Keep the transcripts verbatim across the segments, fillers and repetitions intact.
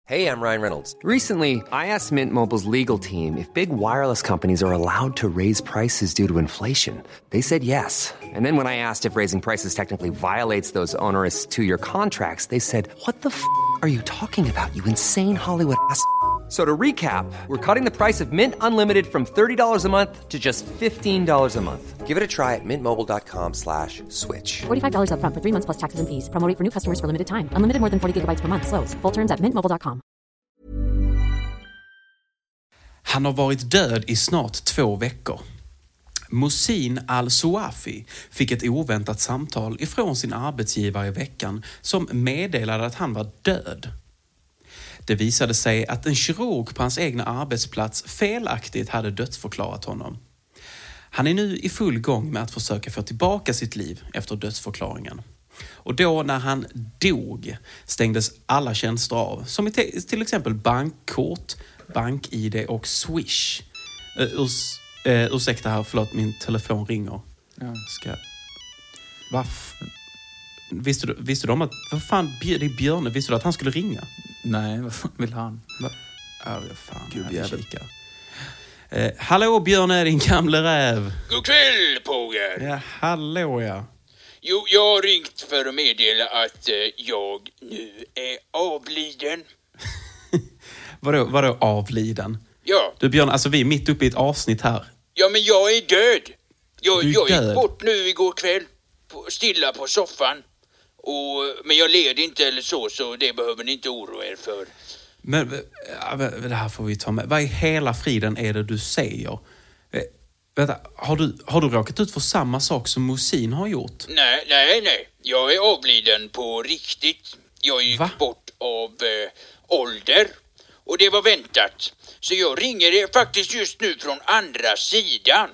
Hey, I'm Ryan Reynolds. Recently, I asked Mint Mobile's legal team if big wireless companies are allowed to raise prices due to inflation. They said yes. And then when I asked if raising prices technically violates those onerous two-year contracts, they said, "What the f*** are you talking about, you insane Hollywood ass?" So to recap, we're cutting the price of Mint Unlimited from thirty dollars a month to just fifteen dollars a month. Give it a try at mintmobile.com slash switch. forty-five dollars up front for three months plus taxes and fees. Promo rate for new customers for limited time. Unlimited more than forty gigabytes per month. Slows full terms at mint mobile dot com. Han har varit död i snart två veckor. Mohsin Al-Souafi fick ett oväntat samtal ifrån sin arbetsgivare i veckan som meddelade att han var död. Det visade sig att en kirurg på hans egna arbetsplats felaktigt hade dödsförklarat honom. Han är nu i full gång med att försöka få tillbaka sitt liv efter dödsförklaringen. Och då när han dog stängdes alla tjänster av, som till exempel bankkort, bank-I D och Swish. Uh, urs, uh, ursäkta här, förlåt, min telefon ringer. Ja. Ska... Varf... Visste du, visste du om att... Vad fan, det är Björne. Visste du att han skulle ringa? Nej, vad fan vill han? Va? Ja, fan. Gubbjävel. Uh, hallå Björne, din gamle räv. God kväll, Pågar. Ja, hallå ja. Jo, jag har ringt för att meddela att eh, jag nu är avliden. vadå, vadå avliden? Ja. Du Björn, alltså vi är mitt uppe i ett avsnitt här. Ja, men jag är död. Jag, Du är jag död. gick bort nu igår kväll. På, stilla på soffan. Och, men jag led inte eller så, så det behöver ni inte oroa er för. Men ja, det här får vi ta med. Vad i hela friden är det du säger? Eh, vänta, har du, har du råkat ut för samma sak som Mohsin har gjort? Nej, nej, nej. Jag är avliden på riktigt. Jag gick Va? bort av eh, ålder. Och det var väntat. Så jag ringer er faktiskt just nu från andra sidan.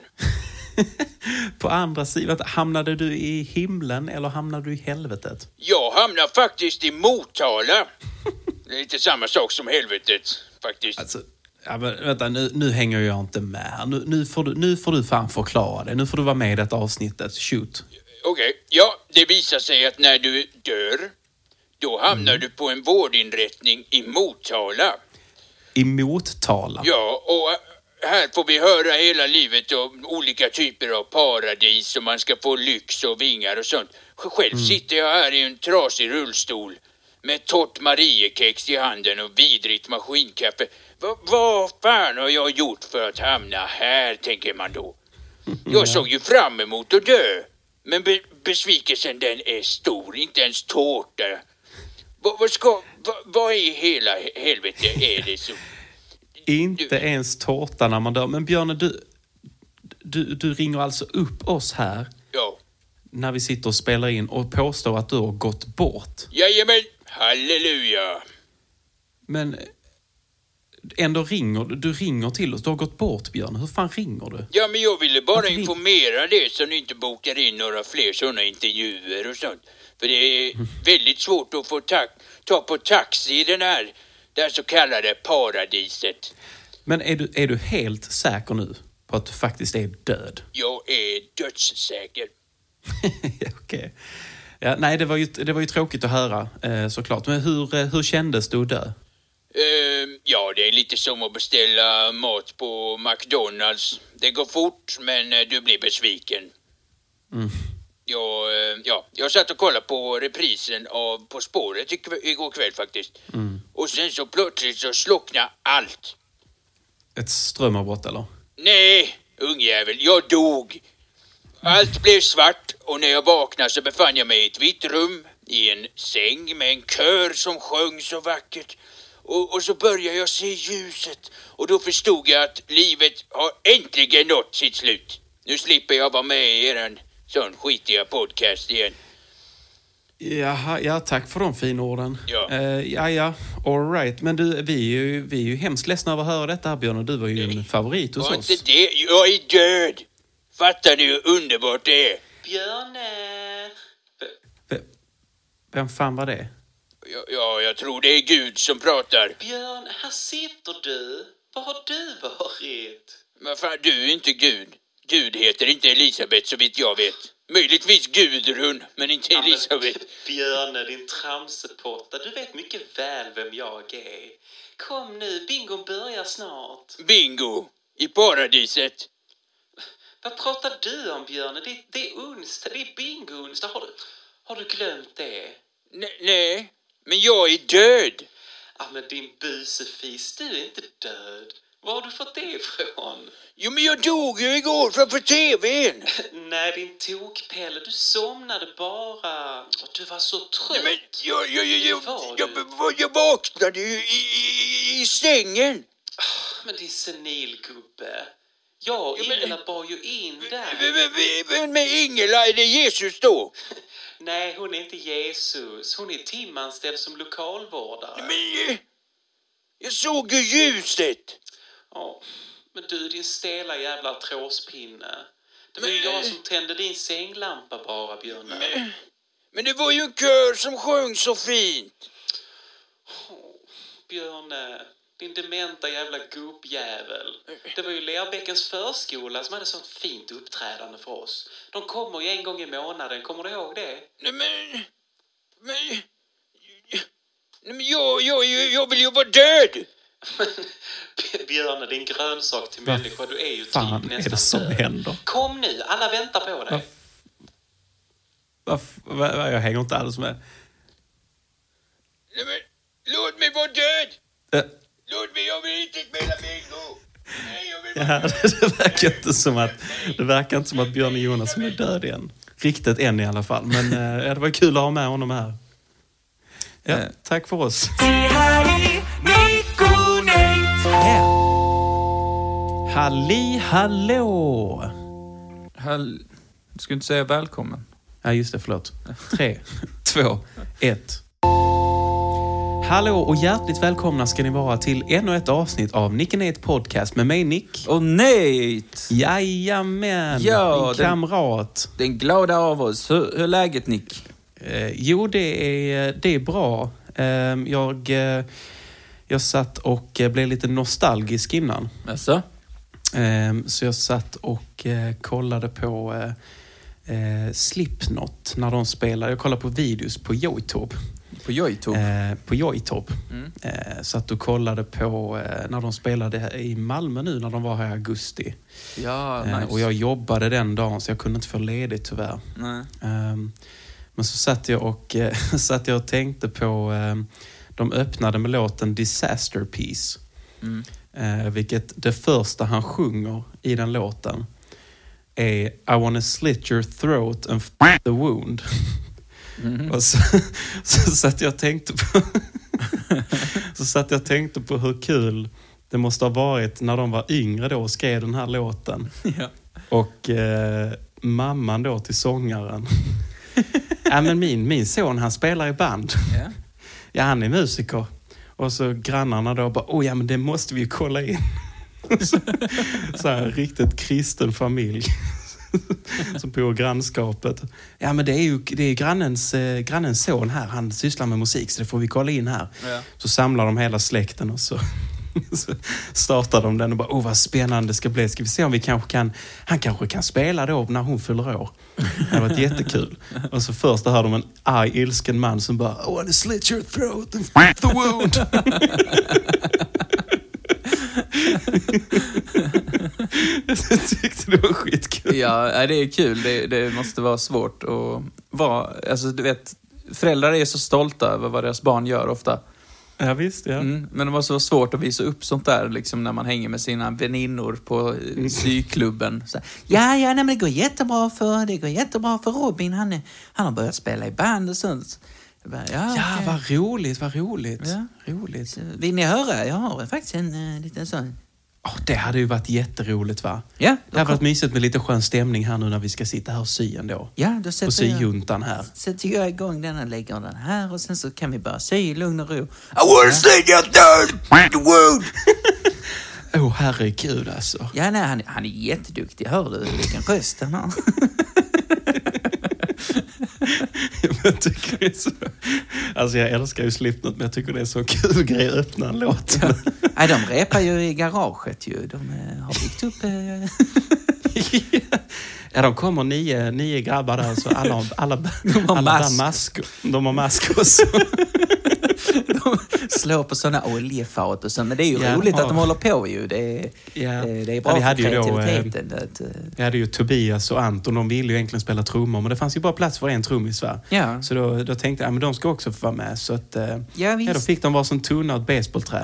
På andra sidan, hamnade du i himlen eller hamnade du i helvetet? Jag hamnar faktiskt i Motala. Det är inte samma sak som helvetet, faktiskt. Alltså, ja, men, vänta, nu, nu hänger jag inte med. Nu, nu, får du, nu får du fan förklara det. Nu får du vara med i detta avsnittet. Shoot. Okej, okay. Ja, det visar sig att när du dör, då hamnar mm. du på en vårdinrättning i Motala. I Motala? Ja, och här får vi höra hela livet om olika typer av paradis och man ska få lyx och vingar och sånt. Själv mm. sitter jag här i en trasig rullstol med torrt Mariekex i handen och vidrigt maskinkaffe. Va, vad fan har jag gjort för att hamna här, tänker man då. Jag såg ju fram emot att dö. Men be- besvikelsen den är stor, inte ens tårta. Va, vad ska, va, vad i hela helvete är det som... Inte du... ens tårta när man dör. Men Björne, du, du, du ringer alltså upp oss här. Ja. När vi sitter och spelar in och påstår att du har gått bort. Jajamän, halleluja. Men ändå ringer du. Du ringer till oss. Du har gått bort, Björn. Hur fan ringer du? Ja, men jag ville bara Varför informera det så ni inte bokar in några fler sådana intervjuer och sånt. För det är mm. väldigt svårt att få ta, ta på taxi i den här, det här så kallade paradiset. Men är du, är du helt säker nu på att du faktiskt är död? Jag är dödssäker. Okej. Okay. Ja, nej, det var ju, det var ju tråkigt att höra eh, såklart. Men hur, hur kändes du att dö? Uh, ja, det är lite som att beställa mat på McDonalds. Det går fort, men uh, du blir besviken. Mm. Jag, uh, ja, jag satt och kollade på reprisen av På spåret igår kväll faktiskt. Mm. Och sen så plötsligt så slocknade allt. Ett strömavbrott eller? Nej, ungjävel, jag dog. Allt blev svart och när jag vaknade så befann jag mig i ett vitt rum i en säng med en kör som sjöng så vackert. Och, och så började jag se ljuset och då förstod jag att livet har äntligen nått sitt slut. Nu slipper jag vara med i en sån skitiga podcast igen. Jaha, ja, tack för de fina orden. Ja. Uh, ja, ja, all right. Men du, vi är ju, vi är ju hemskt ledsna över att höra detta här, Björn. Och du var ju en favorit hos var oss. Inte det? Jag är död. Fattar ni hur underbart det är? Björne! V- vem fan var det? Ja, ja, jag tror det är Gud som pratar. Björn, här sitter du. Var har du varit? Men fan, du är inte Gud. Gud heter inte Elisabeth så vitt jag vet. Möjligtvis Gudrun, men inte Elisabeth. Ja, Björne, din tramsepotta. Du vet mycket väl vem jag är. Kom nu, bingon börjar snart. Bingo, i paradiset. Vad pratar du om, Björne? Det, det är onsdag, det är bingo-onsdag. Har du, har du glömt det? Nej, nej, men jag är död. Ja, men din busefis, du är inte död. Var har du fått det ifrån? Jo, men jag dog ju igår framför tvn. Nej, din tokpelle, du somnade bara. Du var så trött. Men jag, jag, jag, jag, Var jag, du? jag, jag vaknade ju i, i, i sängen. Men din senilgubbe. Jag och Ja, men- Ingela bar ju in där. Men, men, men, men Ingela, är det Jesus då? Nej, hon är inte Jesus. Hon är timanställd som lokalvårdare. Men eh, jag såg ju ljuset. Ja, men du, din stela jävla tråspinne. Det var ju Men- jag som tände din sänglampa bara, Björne. Men, men det var ju en kör som sjöng så fint. Åh, Björne, din dementa jävla gubbjävel. Det var ju Lerbäckens förskola som hade sånt fint uppträdande för oss. De kommer ju en gång i månaden, kommer du ihåg det? Nej, men... Men... Nej, men jag, jag, jag, jag vill ju vara död. Björne, din grönsak till Vad människa, du är ju fan typ är nästan det som död. händer? Kom nu, alla väntar på dig. Vad, vad, vad, jag hänger inte alls med. Nej, men, låt mig vara död. Äh, Låt mig, jag vill inte spela bingo. Nej, jag vill vara ja, det verkar inte som att det verkar inte som att Björn Jonasson är död än. Riktigt än i alla fall. Men äh, det var kul att ha med honom här. Ja, Eh. tack för oss. Halli hallå! Hall... Du skulle inte säga välkommen. Ja, just det, förlåt. Tre, två, ett. Hallå och hjärtligt välkomna ska ni vara till ännu ett avsnitt av Nick and Nate Podcast med mig, Nick. Och Nate! Jajamän, Ja, min den- kamrat. Den glada av oss. Hur, hur är läget, Nick? Eh, jo, det är, det är bra. Eh, jag, eh, jag satt och eh, blev lite nostalgisk innan. Alltså? Eh, så jag satt och eh, kollade på eh, eh, Slipknot när de spelade. Jag kollade på videos på YouTube. På YouTube? Eh, på YouTube. Mm. Eh, satt och kollade på eh, när de spelade i Malmö nu när de var här i augusti. Ja, Eh, nice. och jag jobbade den dagen så jag kunde inte få ledigt tyvärr. Nej. Um, men så satt jag och, uh, satt jag och tänkte på... Um, de öppnade med låten Disaster Piece. Mm. Uh, vilket det första han sjunger i den låten är I wanna slit your throat and f*** the wound. Mm. Och så, så satt jag och tänkte på... så satt jag och tänkte på hur kul det måste ha varit när de var yngre då och skrev den här låten. Ja. Och eh, mamman då till sångaren. Ja, men min, min son, han spelar i band. Ja. Ja, han är musiker. Och så grannarna då bara, oh ja, men det måste vi ju kolla in. så, så här, en riktigt kristen familj. Som på grannskapet. Ja, men det är ju det är grannens, eh, grannens son här. Han sysslar med musik, så det får vi kolla in här. Ja. Så samlar de hela släkten och så, så startar de den och bara, åh vad spännande det ska bli. Ska vi se om vi kanske kan, han kanske kan spela då när hon fyller år. Det har varit jättekul. Och så först hör de en arg, ilsken man som bara, I wanna slit your throat and f*** the wound. Jag tyckte det var skitkul. Ja, det är kul. Det, det måste vara svårt att vara... Alltså, du vet, föräldrar är så stolta över vad deras barn gör ofta. Ja, visst, ja. Mm, men det var så svårt att visa upp sånt där liksom, när man hänger med sina väninnor på eh, syklubben. Så, ja, ja, nej, men det går jättebra för, det går jättebra för Robin. Han, är, han har börjat spela i band och sånt. Jag bara, ja, Ja, okej. vad roligt, vad roligt. Ja. roligt. Så, vill ni höra? Jag har faktiskt en uh, liten sån... Oh, det hade ju varit jätteroligt, va? Ja, Det hade varit mysigt med lite skön stämning här nu när vi ska sitta här och sy ändå. ja, då På sätter jag, syjuntan här. sätter jag igång den och lägger den här och sen så kan vi bara sy i lugn och ro. I wanna slit your throat, the wound. Åh, oh, herregud alltså. Ja, nej, han, han är jätteduktig. Hör du vilken röst han har? Jag tycker det är så... Alltså jag älskar ju Slipknot, men jag tycker det är så kul grej att öppna en låt. Ja. Nej, de repar ju i garaget ju. De eh, har byggt upp... Eh... Ja, de kommer nio, nio grabbar där, så alla, alla, de har alla mask. där mask. De har mask också. De slår på sådana oljefat och så. Men det är ju Ja, roligt de har- att de håller på ju. Det är, Ja. det är Ja, bra vi för hade ju då, kreativiteten. Att, eh, Vi hade ju Tobias och Anton, de ville ju egentligen spela trummor, men det fanns ju bara plats för en trummis, va? Ja. Så då, då tänkte jag, ja, men de ska också få vara med. Så att, eh, Ja, visst. ja, då fick de vara som tunna och ett baseballträ.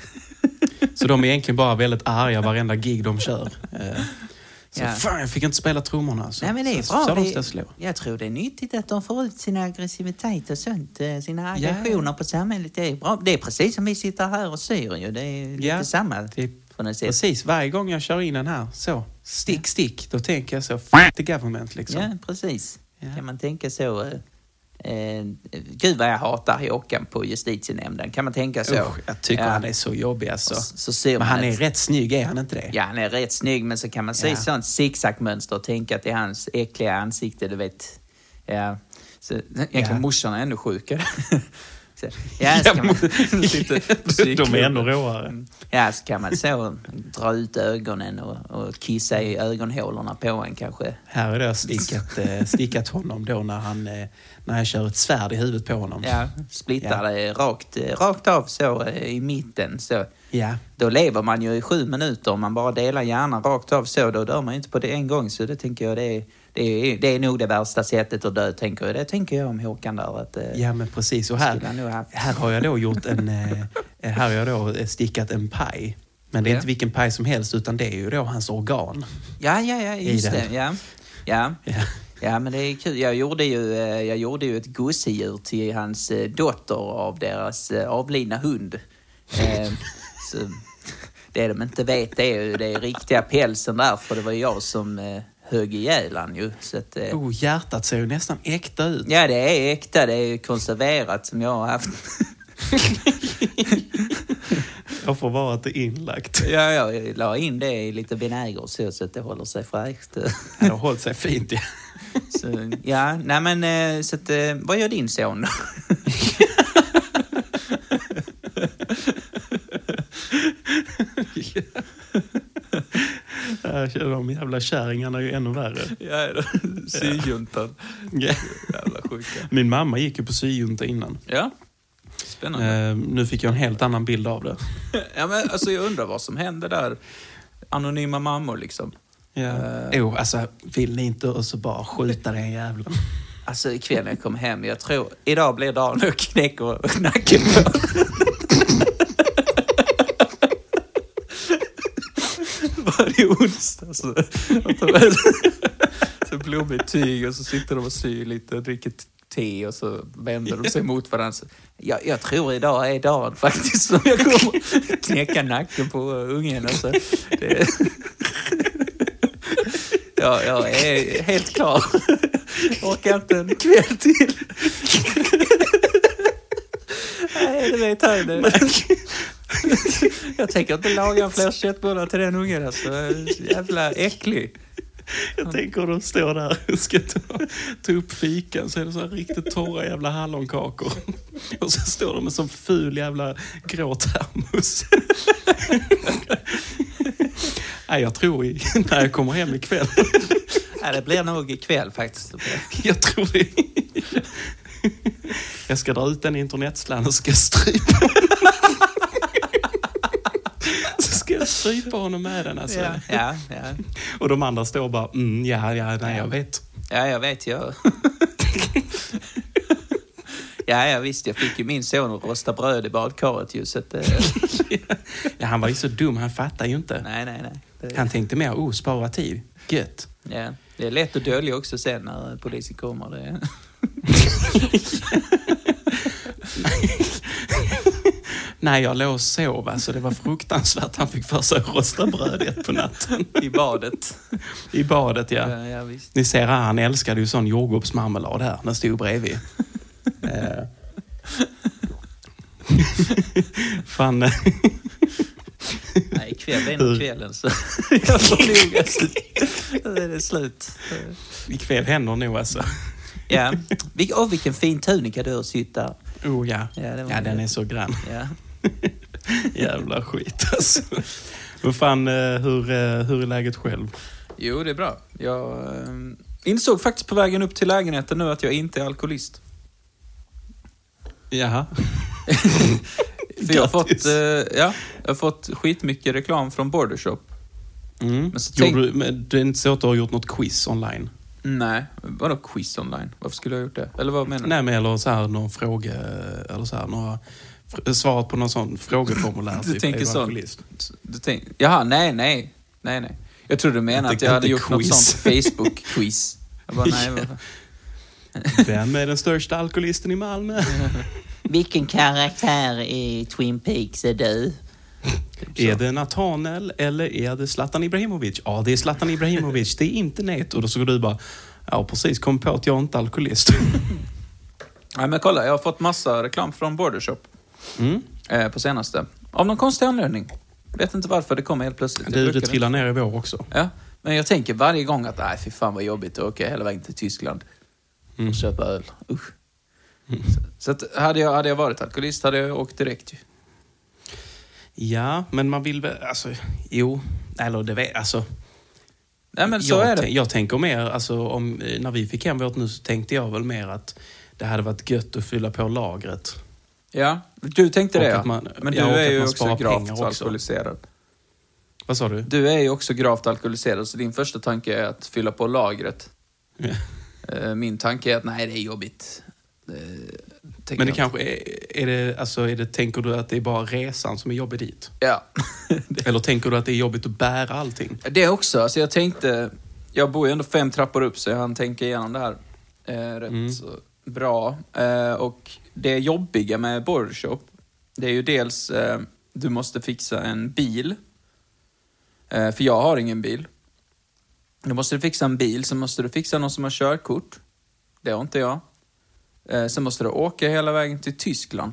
Så de är egentligen bara väldigt arga varenda gig de kör. Eh, Så Ja. fan, jag fick inte spela trummorna. Så, Nej, men det är så, bra. Så, så de Det- ska slå. Jag tror det är nyttigt att de får ut sin aggressivitet och sånt. eh, Sina aggressioner på samhället. Det är bra. Det är precis som vi sitter här och syr ju. Det är lite Ja, samma. det- På något sätt. Precis, varje gång jag kör in den här, så, stick, stick, då tänker jag så, f*** the government liksom. Ja, precis. Ja. Kan man tänka så. Eh, eh, gud vad jag hatar Håkan på justitienämnden. Kan man tänka så? Usch, jag tycker Ja. han är så jobbig alltså. Så, så ser Men man han är ett- rätt snygg, är han inte det? Ja, han är rätt snygg, men så kan man se Ja. sånt zigzagmönster och tänka att det är hans äckliga ansikte, du vet. Ja. Så egentligen Ja. morsan är ännu sjukare. Så, ja, så kan man, lite De är ännu råare. ja, så kan man så dra ut ögonen och, och kissa i ögonhålorna på en kanske. Här är det stickat, eh, stickat honom då när han eh, när jag kör ett svärd i huvudet på honom. Ja, splittar det rakt, eh, rakt av så eh, i mitten. Så. Ja. Då lever man ju i sju minuter. Om man bara delar hjärnan rakt av så, då dör man ju inte på det en gång. Så det tänker jag, det är, det är, det är nog det värsta sättet att dö, tänker jag. Det tänker jag om Håkan där. Att, eh, Ja, men precis. Och skulle han nog här, haft. här har jag då gjort en... Eh, här har jag då stickat en paj. Men det är Ja. inte vilken paj som helst, utan det är ju då hans organ. Ja, ja, ja, just I det. den. Ja. Ja. Ja. Ja, men det är kul. Jag gjorde ju, eh, jag gjorde ju ett gosedjur till hans eh, dotter av deras eh, avlidna hund. Eh, så det de inte vet är ju det är riktiga pälsen där, för det var jag som eh, högg ihjäl han ju. Så att, eh, Oh, hjärtat ser ju nästan äkta ut. ja, det är äkta. Det är ju konserverat som jag har haft. Jag får vara att det är inlagt. Ja, jag la in det i lite vinäger och så, så att det håller sig fräscht. Det har hållit sig fint, ja. Så, ja, nej men eh, så att, eh, vad gör din son då? Jag känner de jävla kärringarna är ju ännu värre. Ja, syjuntan. Ja. Jävla sjuka. Min mamma gick ju på syjunta innan. Ja, spännande. Eh, nu fick jag en helt annan bild av det. Ja, men alltså jag undrar vad som hände där. Anonyma mammor liksom. Ja. Eh. Oh, alltså, vill ni inte och så bara skjuta den jävlen? Alltså ikväll när jag kommer hem, jag tror, idag blir dagen och knäcker nacken på. Varje onsdag så, så blommigt tyg och så sitter de och syr lite och dricker te och så vänder de sig mot varandra. Så, jag, jag tror idag är dagen faktiskt som jag kommer knäcka nacken på ungen. Alltså. Det, ja, jag är helt klar. Orkar inte en kväll till. Nej, det vet jag inte. Jag tänker inte laga fler köttbullar till den ungen. Alltså. Jävla äcklig. Jag tänker att de står där och ska ta, ta upp fikan, så är det så här riktigt torra jävla hallonkakor. Och så står de med sån ful jävla grå termos. Nej, jag tror i, när jag kommer hem ikväll. Ja, det blir nog ikväll faktiskt. Jag tror det. Jag ska dra ut den internetslan och ska strypa. Så ska jag strypa honom med den alltså. Ja, ja, ja. Och de andra står bara, mm, ja, ja, nej, jag vet. Ja, jag vet. Jag... Ja, ja, visst. Jag fick ju min son att rosta bröd i badkaret ju. Så att, eh... Ja, han var ju så dum, han fattar ju inte. Nej, nej, nej. Det... Han tänkte mer, oh, spara tid. Gött. Ja, det är lätt att dölja också sen när polisen kommer. Det... Nej, jag låg och sov, alltså det var fruktansvärt. Han fick för sig att rosta bröd ett på natten. I badet. I badet, ja. Ja, ja, visst. Ni ser här, han älskade ju sån jordgubbsmarmelad här. Den stod bredvid. eh. Fan. Nej, ikväll är nog kvällen så jag får nog alltså. Då är det slut. Ikväll händer nog alltså. Ja, Vil- oh, vilken fin tunika du har sytt där. Oh ja, Ja, det var ja den det. är så grann. Ja. Jävla skit alltså. Men fan, eh, hur, eh, hur är läget själv? Jo, det är bra. Jag eh, insåg faktiskt på vägen upp till lägenheten nu att jag inte är alkoholist. Jaha. För jag har fått, eh, ja, jag har fått skitmycket reklam från Bordershop. Mm. Men så tänk... du, men det är inte så att du har gjort något quiz online? Nej, vadå quiz online? Varför skulle jag ha gjort det? Eller vad menar du? Nej, men eller så här någon fråga, eller så här några svarat på någon sån frågeformulär. Du typ, tänker sånt? Du tänk... Jaha, nej, nej. Nej, nej. Jag trodde du menade jag att jag hade gjort quiz. något sånt Facebook-quiz. Jag bara, nej, vad... Vem är den största alkoholisten i Malmö? Vilken karaktär i Twin Peaks är du? Typ är det Nathaniel eller är det Zlatan Ibrahimovic? Ja, det är Zlatan Ibrahimovic. Det är inte net. Och då så går du bara, ja precis, kom på att jag inte är alkoholist. Nej, men kolla, jag har fått massa reklam från Bordershop Mm. eh, på senaste. Av någon konstig anledning. Vet inte varför det kommer helt plötsligt. Du, det brukar trillar ner i vår också. Ja, men jag tänker varje gång att nej, fy fan vad jobbigt att åka hela vägen till Tyskland Mm. och köpa öl. Usch. Mm. Så, så att hade, jag, hade jag varit alkoholist hade jag åkt direkt ju. Ja, men man vill väl, alltså, jo, eller det vet, alltså. Nej, men så jag, är det. Jag tänker mer, alltså, om, när vi fick hem vårt nu så tänkte jag väl mer att det hade varit gött att fylla på lagret. Ja, du tänkte det, Och ja. att man- Men du ja, och är att ju man också sparar gravt pengar också. alkoholiserad. Vad sa du? Du är ju också gravt alkoholiserad, så din första tanke är att fylla på lagret. Ja. Eh, Min tanke är att nej, det är jobbigt. Eh, tänker Men det jag kanske är, är det, alltså, är det, tänker du att det är bara resan som är jobbig dit? Ja. Eller tänker du att det är jobbigt att bära allting? Det också. Alltså jag tänkte... Jag bor ju ändå fem trappor upp, så jag hann tänka igenom det här eh, rätt Mm. så bra. Eh, och det jobbiga med Bordershop, det är ju dels... Eh, du måste fixa en bil. Eh, för jag har ingen bil. Du måste fixa en bil, så måste du fixa någon som har körkort. Det har inte jag. Eh, sen måste du åka hela vägen till Tyskland.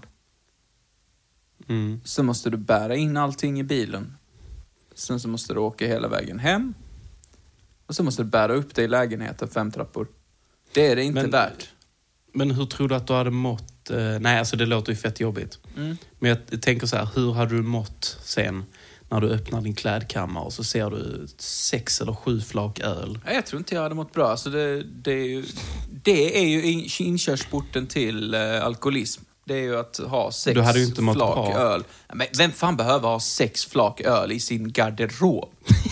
Mm. Så måste du bära in allting i bilen. Sen så måste du åka hela vägen hem. Och så måste du bära upp det i lägenheten fem trappor. Det är det inte Men- värt. Men hur tror du att du hade mått? Eh, nej, alltså det låter ju fett jobbigt. Mm. Men jag tänker så här, hur hade du mått sen när du öppnar din klädkammare och så ser du sex eller sju flak öl? Nej, jag tror inte jag hade mått bra. Alltså det, det, är ju, det är ju in, inkörsporten till eh, alkoholism. Det är ju att ha sex Du hade ju inte mått flak bra. öl. Men vem fan behöver ha sex flak öl i sin garderob?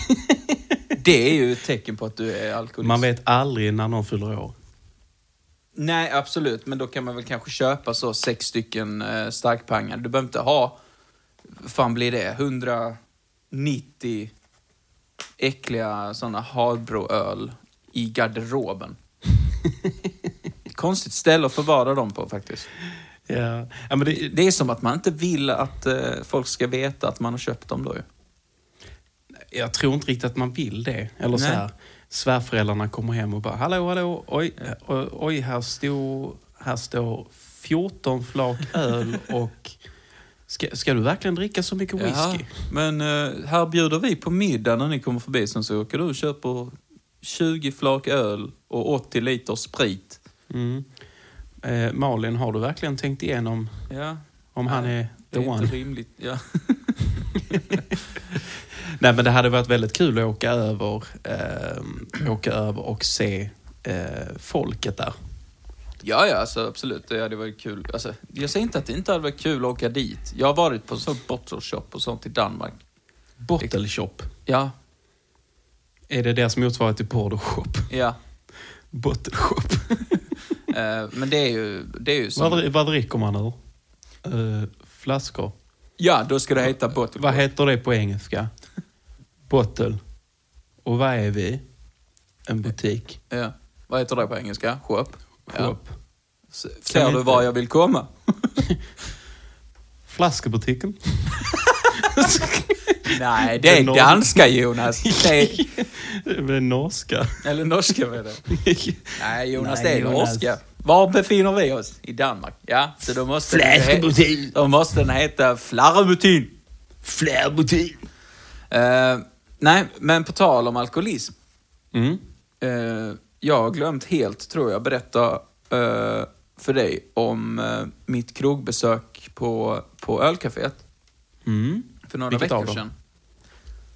Det är ju ett tecken på att du är alkoholist. Man vet aldrig när någon fyller år. Nej, absolut. Men då kan man väl kanske köpa så sex stycken eh, starkpangar. Du behöver inte ha, vad fan blir det, hundranittio äckliga sådana Harbro-öl i garderoben. Konstigt ställe att förvara dem på faktiskt. Ja. Ja, men det, Det är som att man inte vill att eh, folk ska veta att man har köpt dem då ju. jag tror inte riktigt att man vill det. Eller så Nej. här, svärföräldrarna kommer hem och bara, hallå, hallå, oj, oj, oj här, står, här står fjorton flak öl och ska, ska du verkligen dricka så mycket whisky? Ja, men eh, här bjuder vi på middag när ni kommer förbi. Sen så åker du och köper tjugo flak öl och åttio liter sprit. Mm. Eh, Malin, har du verkligen tänkt igenom Ja. om han är Det the är one? inte rimligt. Ja. Nej, men det hade varit väldigt kul att åka över, eh, åka över och se eh, folket där. ja, ja, alltså, absolut. Det hade varit kul. Alltså, jag säger inte att det inte hade varit kul att åka dit. Jag har varit på så bottle shop och sånt i Danmark. Bottle shop. Ja, Är det deras motsvarighet till porter shop? ja. Bottle shop. Eh, men det är ju, det är ju som... vad, vad dricker man ur? Uh, flaskor. Ja, då ska det heta bottle Vad shop. heter det på engelska? Bottle. Och vad är vi? En butik. Ja. Vad heter det på engelska? Shop. Ja. Shop. S- Kan Ser vi du inte- var jag vill komma? Flaskebutiken. Nej, det är Norr- danska, Jonas. Det är... Det är norska. Eller norska, vad är det? Nej, Jonas, Nej, det är Jonas. norska. Var befinner vi oss? I Danmark. Ja, så då måste, Fläskbutik. då måste den heta Flarrebutin. Flärbutik. Uh, nej, men på tal om alkoholism. Mm. Uh, jag har glömt helt, tror jag, berätta uh, för dig om uh, mitt krogbesök på, på ölcaféet Mm. för några Vilket av veckor dem? sedan.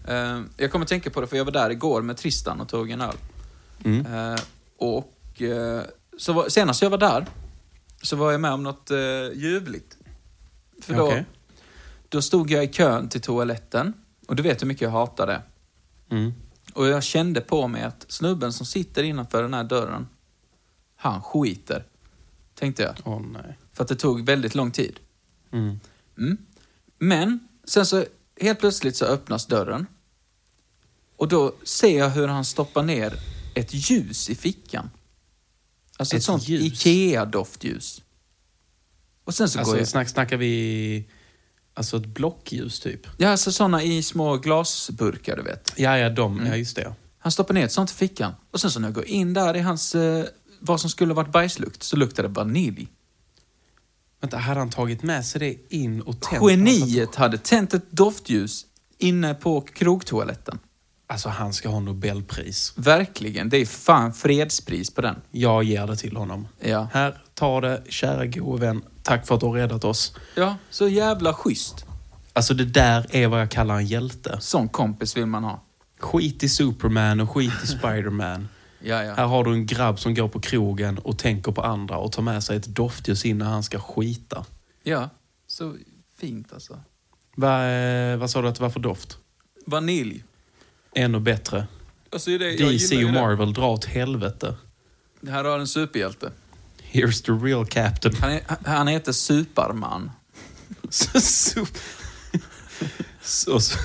Uh, jag kommer att tänka på det för jag var där igår med Tristan och tog en öl. Mm. Uh, och uh, så var, senast jag var där så var jag med om något uh, ljuvligt. För då, Okay. då stod jag i kön till toaletten. Och du vet hur mycket jag hatar det. Mm. Och jag kände på mig att snubben som sitter innanför den här dörren, han skiter. Tänkte jag. Åh nej. För att det tog väldigt lång tid. Mm. Mm. Men sen så helt plötsligt så öppnas dörren. Och då ser jag hur han stoppar ner ett ljus i fickan. Alltså ett, Ett sånt ljus? Ikea-doftljus. Och sen så går Alltså jag... snack, snackar vi alltså ett blockljus typ? Ja, alltså såna i små glasburkar, du vet. Ja, ja, de. Ja, just det. Han stoppar ner ett sånt i fickan. Och sen så när jag går in där i hans... Eh, vad som skulle varit bajslukt, så luktar det vanilj. Vänta, hade han tagit med sig det in och tänt? Geniet hade tänt ett doftljus inne på krogtoaletten. Alltså, han ska ha Nobelpris. Verkligen, det är fan fredspris på den. Jag ger det till honom. Ja. Här, ta det, kära gode vän. Tack för att du har räddat oss. Ja, så jävla schysst. Alltså, det där är vad jag kallar en hjälte. Sån kompis vill man ha. Skit i Superman och skit i Spiderman. Ja, ja. Här har du en grabb som går på krogen och tänker på andra och tar med sig ett doftljus in när han ska skita. Ja, så fint alltså. Va, eh, vad sa du att det var för doft? Vanilj. Ännu bättre. Alltså, det, jag D C gillar och ju det. Marvel drar åt helvete. Det här har en superhjälte. Here's the real captain. Han, är, han heter Superman. så, så, så, så.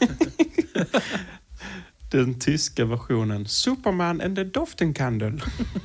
Den tyska versionen. Superman and the Doftenkandel.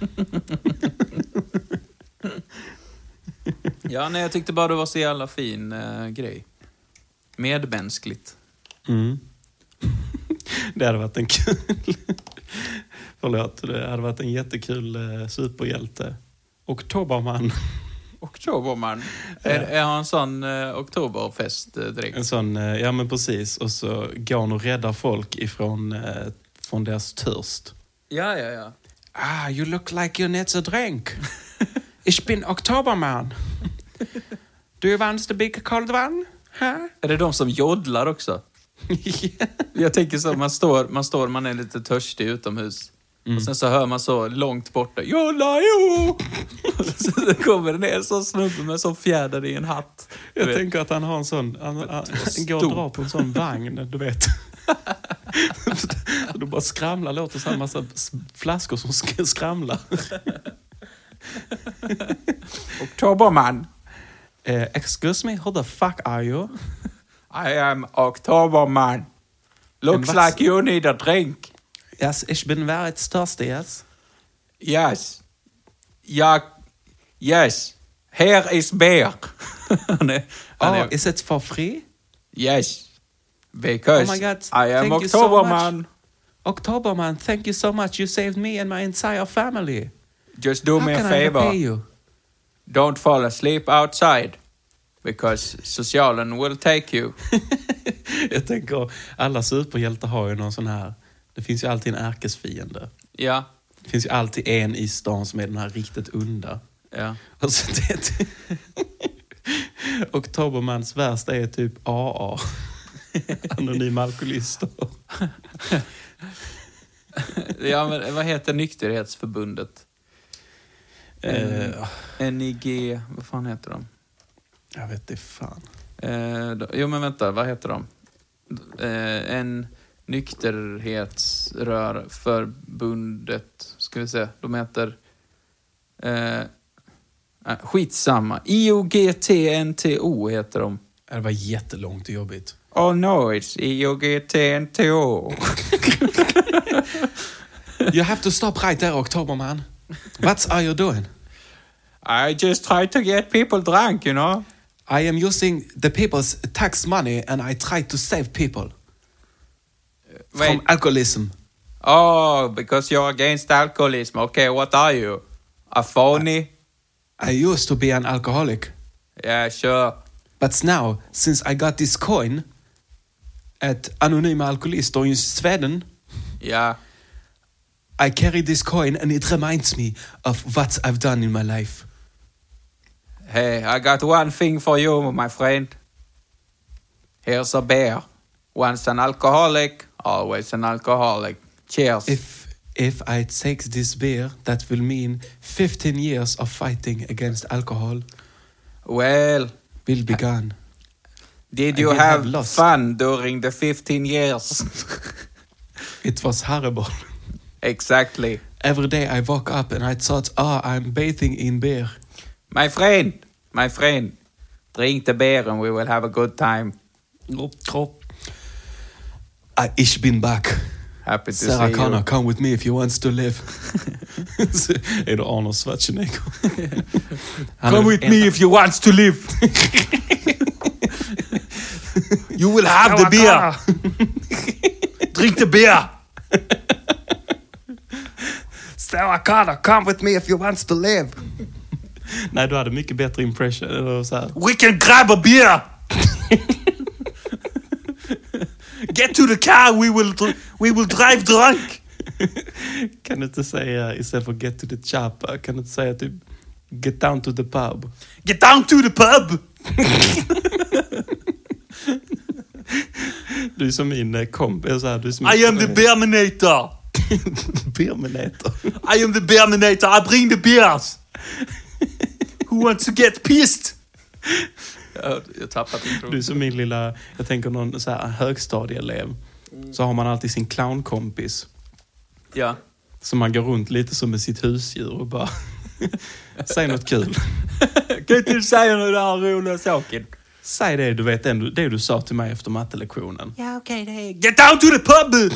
Ja, nej, jag tyckte bara det var så jävla fin uh, grej. Medmänskligt. Mm. Det hade varit en kul... Förlåt, det hade varit en jättekul uh, superhjälte. Oktoberman. Oktoberman. Är, är han en sån uh, oktoberfest uh, direkt? En sån, uh, ja men precis. Och så går han och räddar folk ifrån uh, från deras törst. Ja, ja, ja. Ah, you look like you need a drink. Ich bin Oktoberman. Do you want the big cold one? Huh? Är det de som jodlar också? Yeah. Jag tänker så, man står, man står, man är lite törstig utomhus. Mm. Och sen så hör man så långt borta, jolla jo! Så kommer det ner så snubbe med så fjäder i en hatt. Jag tänker att han har en sån, han, han, han går och drar på en sån vagn, du vet. Och du bara skramlar, låter så här massa flaskor som ska skramla. Oktoberman. Uh, excuse me, who the fuck are you? I am Oktoberman. Looks what's- like you need a drink. Yes, ich bin very thirsty, yes. Yes. Ja, yes. Here is beer. han är, han Oh, är, is it for free? yes. Because Oh my God, I am thank you so Oktoberman. Oktoberman, thank you so much. You saved me and my entire family. Just do How me a can I favor. repay you? Don't fall asleep outside. Because socialen will take you. Jag tänker, alla superhjältar har ju någon sån här... Det finns ju alltid en ärkesfiende. Ja. Det finns ju alltid en i stan som är den här riktigt onda. Ja. Och så det... Oktobermans värsta är typ A A. Anonyma alkoholister. Ja, men vad heter nykterhetsförbundet? Eh, N I G, vad fan heter de? jag vet det fan. Eh, då, jo, men vänta, vad heter de? Eh, en nykterhetsrörförbundet, ska vi se, de heter... Eh, äh, skitsamma. I O G T N T O heter de. Det var jättelångt och jobbigt. Oh no, it's I O G T N T O. You have to stop right there, Oktoberman. What are you doing? I just try to get people drunk, you know. I am using the people's tax money and I try to save people Wait. from alcoholism. Oh, because you're against alcoholism. Okay, what are you? A phony? I used to be an alcoholic, Yeah, sure. but now, since I got this coin at Anonyma Alkoholister in Sweden, Yeah. I carry this coin and it reminds me of what I've done in my life. Hey, I got one thing for you, my friend. Here's a bear. Once an alcoholic, always an alcoholic. Cheers. If if I take this beer, that will mean fifteen years of fighting against alcohol Well, will be gone. did I you will have, have lost. fun during the fifteen years? It was horrible. Exactly. Every day I woke up and I thought, oh, I'm bathing in beer. My friend, my friend, drink the beer and we will have a good time. I, ich bin back. Happy to Sarah see Connor, you. come with me if you want to live. Är det Arnold Schwarzenegger? Han Come är with en- me if you want to live. You will have the beer. Drink the beer. Sarah Connor, come with me if you want to live. Nej, du hade mycket bättre impression. Eller så här. We can grab a beer. Get to the car, we will dr- we will drive drunk. Kan du inte säga, istället för get to the chopper, kan du inte säga typ get down to the pub? Get down to the pub. Du är som min eh, kompis. Så här, du är som I am the beerminator. Beerminator. I am the beerminator. I bring the beers. Who wants to get pissed? Jag, jag tappat intro. Du är som min lilla, jag tänker någon så här högstadieelev. Så har man alltid sin clownkompis. Ja. Så man går runt lite som med sitt husdjur och bara säg något kul. Kan inte du säga något där roliga saken? Säg det du vet, ändå, det du sa till mig efter mattelektionen. Ja, okej, okay, det är... Get down to the pub!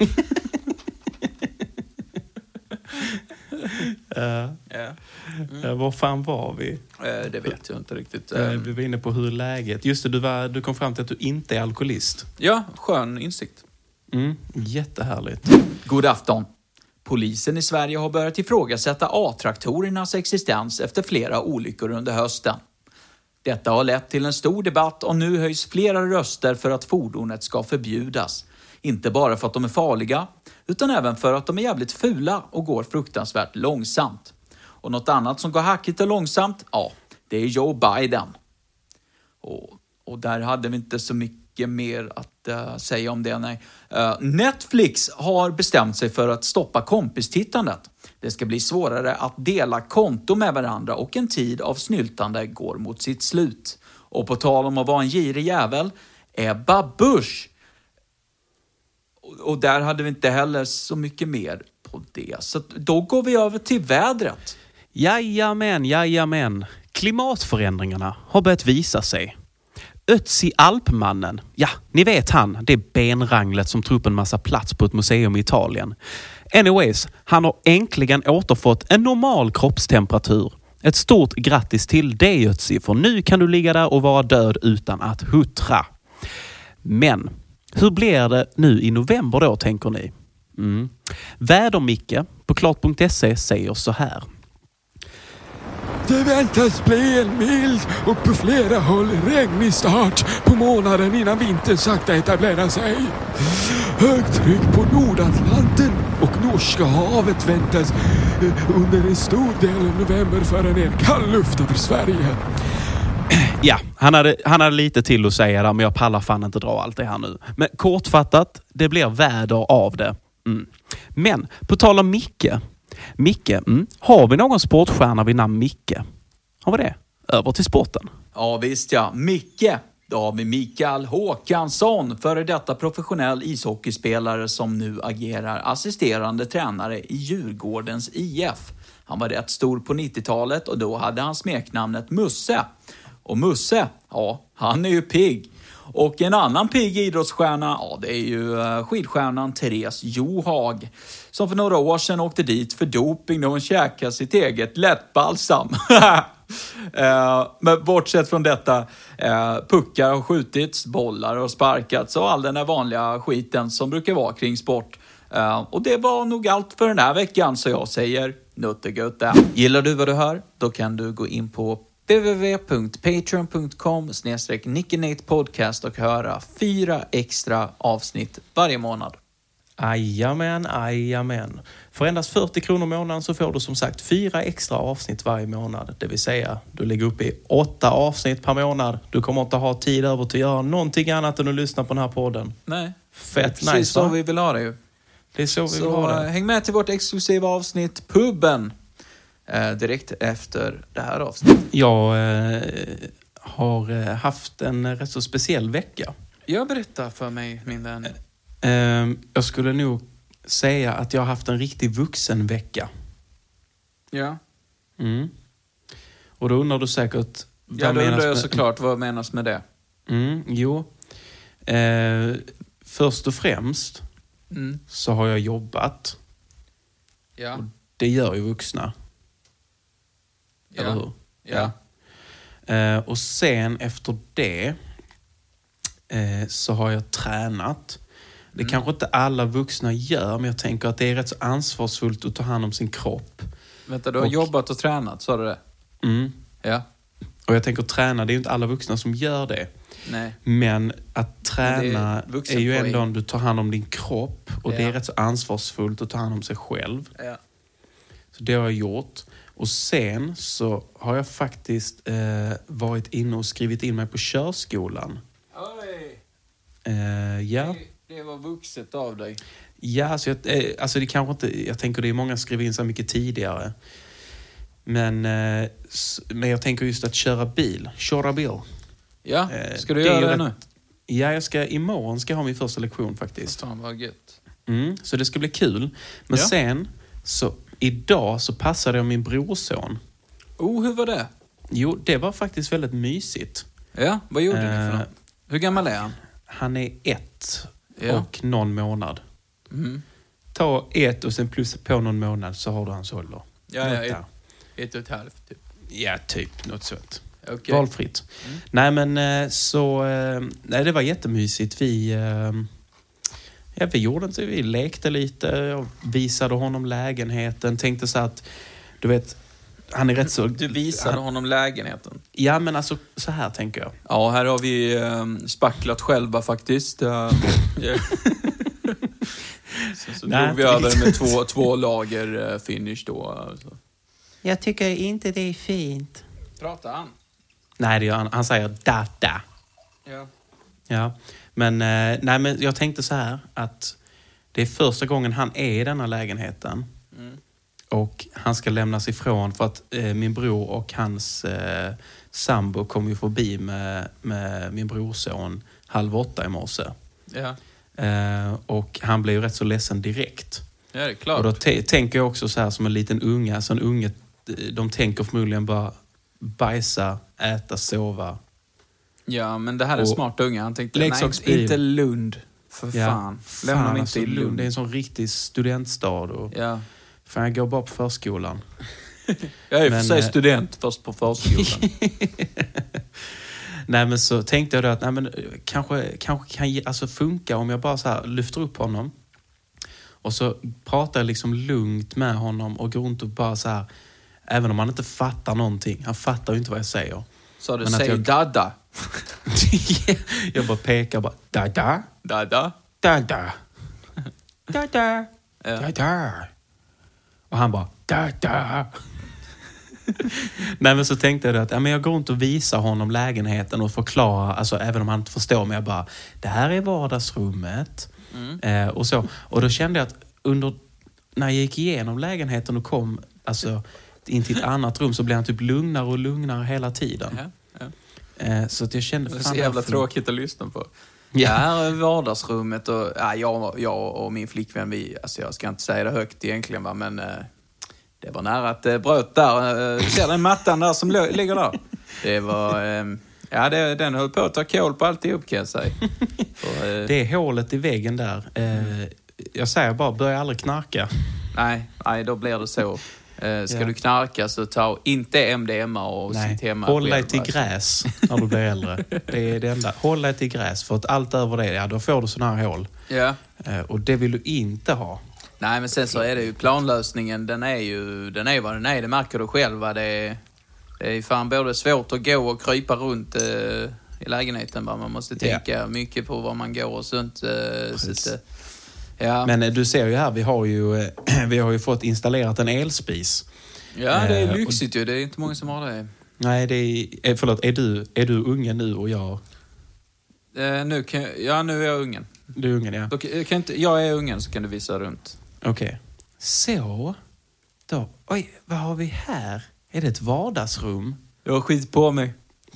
Uh, Ja. uh, var fan var vi? Eh, det vet jag inte riktigt. Uh, Eh, vi var inne på hur läget. Just det, du, var, du kom fram till att du inte är alkoholist. ja, skön insikt. Mm, jättehärligt. God afton. Polisen i Sverige har börjat ifrågasätta A-traktorernas existens efter flera olyckor under hösten. Detta har lett till en stor debatt och nu höjs flera röster för att fordonet ska förbjudas. Inte bara för att de är farliga, utan även för att de är jävligt fula och går fruktansvärt långsamt. Och något annat som går hackigt och långsamt, ja, det är Joe Biden. Och, och där hade vi inte så mycket mer att uh, säga om det, nej. Uh, Netflix har bestämt sig för att stoppa kompistittandet. Det ska bli svårare att dela konto med varandra och en tid av snyltande går mot sitt slut. Och på tal om att vara en girig jävel, Ebba Busch. Och, och där hade vi inte heller så mycket mer på det. Så då går vi över till vädret. Jajamän, jajamän. Klimatförändringarna har börjat visa sig. Ötzi Alpmannen, ja, ni vet han, det benranglet som tog upp en massa plats på ett museum i Italien. Anyways, han har äntligen återfått en normal kroppstemperatur. Ett stort grattis till dig, Ötzi, för nu kan du ligga där och vara död utan att huttra. Men, hur blir det nu i november då, tänker ni? Mm. Vädermicke på klart punkt se säger så här. Det väntas bli en mild och på flera håll regnig start på månaden innan vintern sakta etablerar sig. Högtryck på Nordatlanten och Norska havet väntas under en stor del av november föra ner kall luft över Sverige. Ja, han hade, han hade lite till att säga där, men jag pallar fan inte dra allt det här nu. Men kortfattat, det blir väder av det. Mm. Men, på tal om Micke. Micke, mm. Har vi någon sportstjärna vid namn Micke? Har vi det? Över till sporten. Ja visst ja, Micke. Då har vi Mikael Håkansson, före detta professionell ishockeyspelare som nu agerar assisterande tränare i Djurgårdens I F. Han var rätt stor på nittiotalet och då hade han smeknamnet Musse. Och Musse, ja, han är ju pigg. Och en annan pigg idrottsstjärna, ja det är ju skidstjärnan Therese Johaug. Som för några år sedan åkte dit för doping när hon käkade sitt eget lättbalsam. Uh, men bortsett från detta, uh, puckar har skjutits, bollar har sparkats och all den där vanliga skiten som brukar vara kring sport. Uh, och det var nog allt för den här veckan, så jag säger nuttegutta. Gillar du vad du hör? Då kan du gå in på w w w punkt patreon punkt com slash Nicky Nate podcast och höra fyra extra avsnitt varje månad. Ajamän, ajamän. För endast fyrtio kronor i månaden så får du som sagt fyra extra avsnitt varje månad. Det vill säga, du ligger uppe i åtta avsnitt per månad. Du kommer inte ha tid över till att göra någonting annat än att lyssna på den här podden. Nej. Fett Precis nice, så va? vi vill ha det ju. Det är så vi Så vill ha det. häng med till vårt exklusiva avsnitt Puben. Eh, direkt efter det här avsnittet. Jag eh, har eh, haft en rätt så speciell vecka. Jag berättar för mig, min vän. Eh, jag skulle nog säga att jag har haft en riktig vuxenvecka. Ja. Mm. Och då undrar du säkert... vad Ja, då menas undrar jag med- såklart vad menas med det. Mm, jo. Eh, först och främst Mm. så har jag jobbat. Ja. Det gör ju vuxna. Ja. Eller hur? Ja. Eh, och sen efter det eh, så har jag tränat. Det Mm. kanske inte alla vuxna gör, men jag tänker att det är rätt så ansvarsfullt att ta hand om sin kropp. Vänta, du har Och- jobbat och tränat, sa du det? Mm. Ja. Och jag tänker träna, det är ju inte alla vuxna som gör det. Nej. Men att träna Men det är är, vuxen ju poäng. ändå om du tar hand om din kropp. Och det Ja. är rätt så ansvarsfullt att ta hand om sig själv. Ja. Så det har jag gjort. Och sen så har jag faktiskt eh, varit inne och skrivit in mig på körskolan. Oj. Eh, ja. Det, det var vuxet av dig. Ja, alltså, jag, eh, alltså det kanske inte... Jag tänker det är många som skriver in så mycket tidigare. Men, eh, s- men jag tänker just att köra bil. Köra bil. Ja, Eh, ska du det är göra ju det rätt- nu? Ja, jag ska, imorgon ska jag ha min första lektion faktiskt. Fan vad gött. Mm, så det ska bli kul. Men Ja. sen, så idag så passade jag min brorson. Oh, hur var det? Jo, det var faktiskt väldigt mysigt. Ja, vad gjorde ni Eh, för något? Hur gammal är han? Han är ett Ja. och någon månad. Mm. Ta ett och sen plussa på någon månad så har du hans ålder. Ja, Något ja, där. ett, ett och ett halvt typ. Ja, typ. Något sånt. Okej. Valfritt. Nej, men eh, så... eh, Nej, det var jättemysigt. Vi... eh, Ja, vi gjorde inte... Vi lekte lite. Jag visade honom lägenheten. Tänkte så att... Du vet... Han är rätt så... Du visade han, honom lägenheten. Ja, men alltså så här tänker jag. Ja, här har vi um, spacklat själva faktiskt. Uh, yeah. Sen så Nej, drog vi över med två, två lager uh, finish då. Alltså. Jag tycker inte det är fint. Pratar han? Nej, det gör han. Han säger data. Ja. Ja, men, eh, nej, men jag tänkte så här att det är första gången han är i denna lägenheten. Mm. Och han ska lämnas ifrån för att eh, min bror och hans eh, sambo kom ju förbi med, med min brorson halv åtta i morse. Ja. Eh, och han blev ju rätt så ledsen direkt. Ja, det är klart. Och då t- tänker jag också så här som en liten unge. Alltså en unge, de tänker förmodligen bara bajsa, äta, sova. Ja, men det här är Och smart unga. Han tänkte, nej, leksaksbil. inte Lund. För fan. Lämna mig inte alltså, i Lund. Det är en sån riktig studentstad. Och, Ja. fan, jag går bara på förskolan. Jag är för Men, sig eh, student först på förskolan. Nej, men så tänkte jag då att nej, men, kanske, kanske kan ge- alltså, funka om jag bara så här lyfter upp honom. Och så pratar jag liksom lugnt med honom och går runt och bara så här, även om han inte fattar någonting. Han fattar ju inte vad jag säger. Så du Men att säger jag- dada. Jag bara pekar bara, dada, Dada. dada, dada, Ja. dada. Och han bara, dada. Nej, men så tänkte jag att ja, men jag går runt och visar honom lägenheten och förklarar, alltså även om han inte förstår mig, jag bara, det här är vardagsrummet. Mm. Eh, och så. Och då kände jag att under, när jag gick igenom lägenheten och kom alltså, in till ett annat rum så blev han typ lugnare och lugnare hela tiden. Ja, ja. Eh, så att jag kände, Det är fan, så jävla varför- tråkigt att lyssna på. Ja. Ja, här är vardagsrummet och ja, jag, jag och min flickvän, vi, alltså jag ska inte säga det högt egentligen, va, men eh, det var nära att det bröt där. Eh, ser den mattan där som lö- ligger där? Det var, eh, ja det, den höll på att ta kål på alltihop, kan jag säga. För, eh, Det är hålet i väggen där. Eh, jag säger bara, börja aldrig knarka. nej, nej, då blir det så. Eh, ska Ja. du knarka så ta inte M D M A och Nej, sitt hemma. håll dig själv, till alltså. gräs när du blir äldre. Det är det enda. Håll dig till gräs, för att allt över det, ja, då får du såna här hål. Ja. Eh, och det vill du inte ha. Nej, men sen så är det ju planlösningen, den är ju den är vad den är, det märker du själv. Va? Det, är, det är fan både svårt att gå och krypa runt eh, i lägenheten. Va? Man måste tänka mycket på var man går och sånt. Eh, så att, eh, Ja. Men eh, du ser ju här, vi har ju, eh, vi har ju fått installerat en elspis. Ja, det Eh, är lyxigt ju. Det är inte många som har det. Nej, det är... eh, Förlåt, är du, är du ungen nu och jag... Eh, nu kan, ja, nu är jag ungen. Du är ungen, ja. Då, kan, kan inte, jag är ungen så kan du visa runt. Okej. Okay. Så. Då. Oj, vad har vi här? Är det ett vardagsrum? Jag har skit på mig.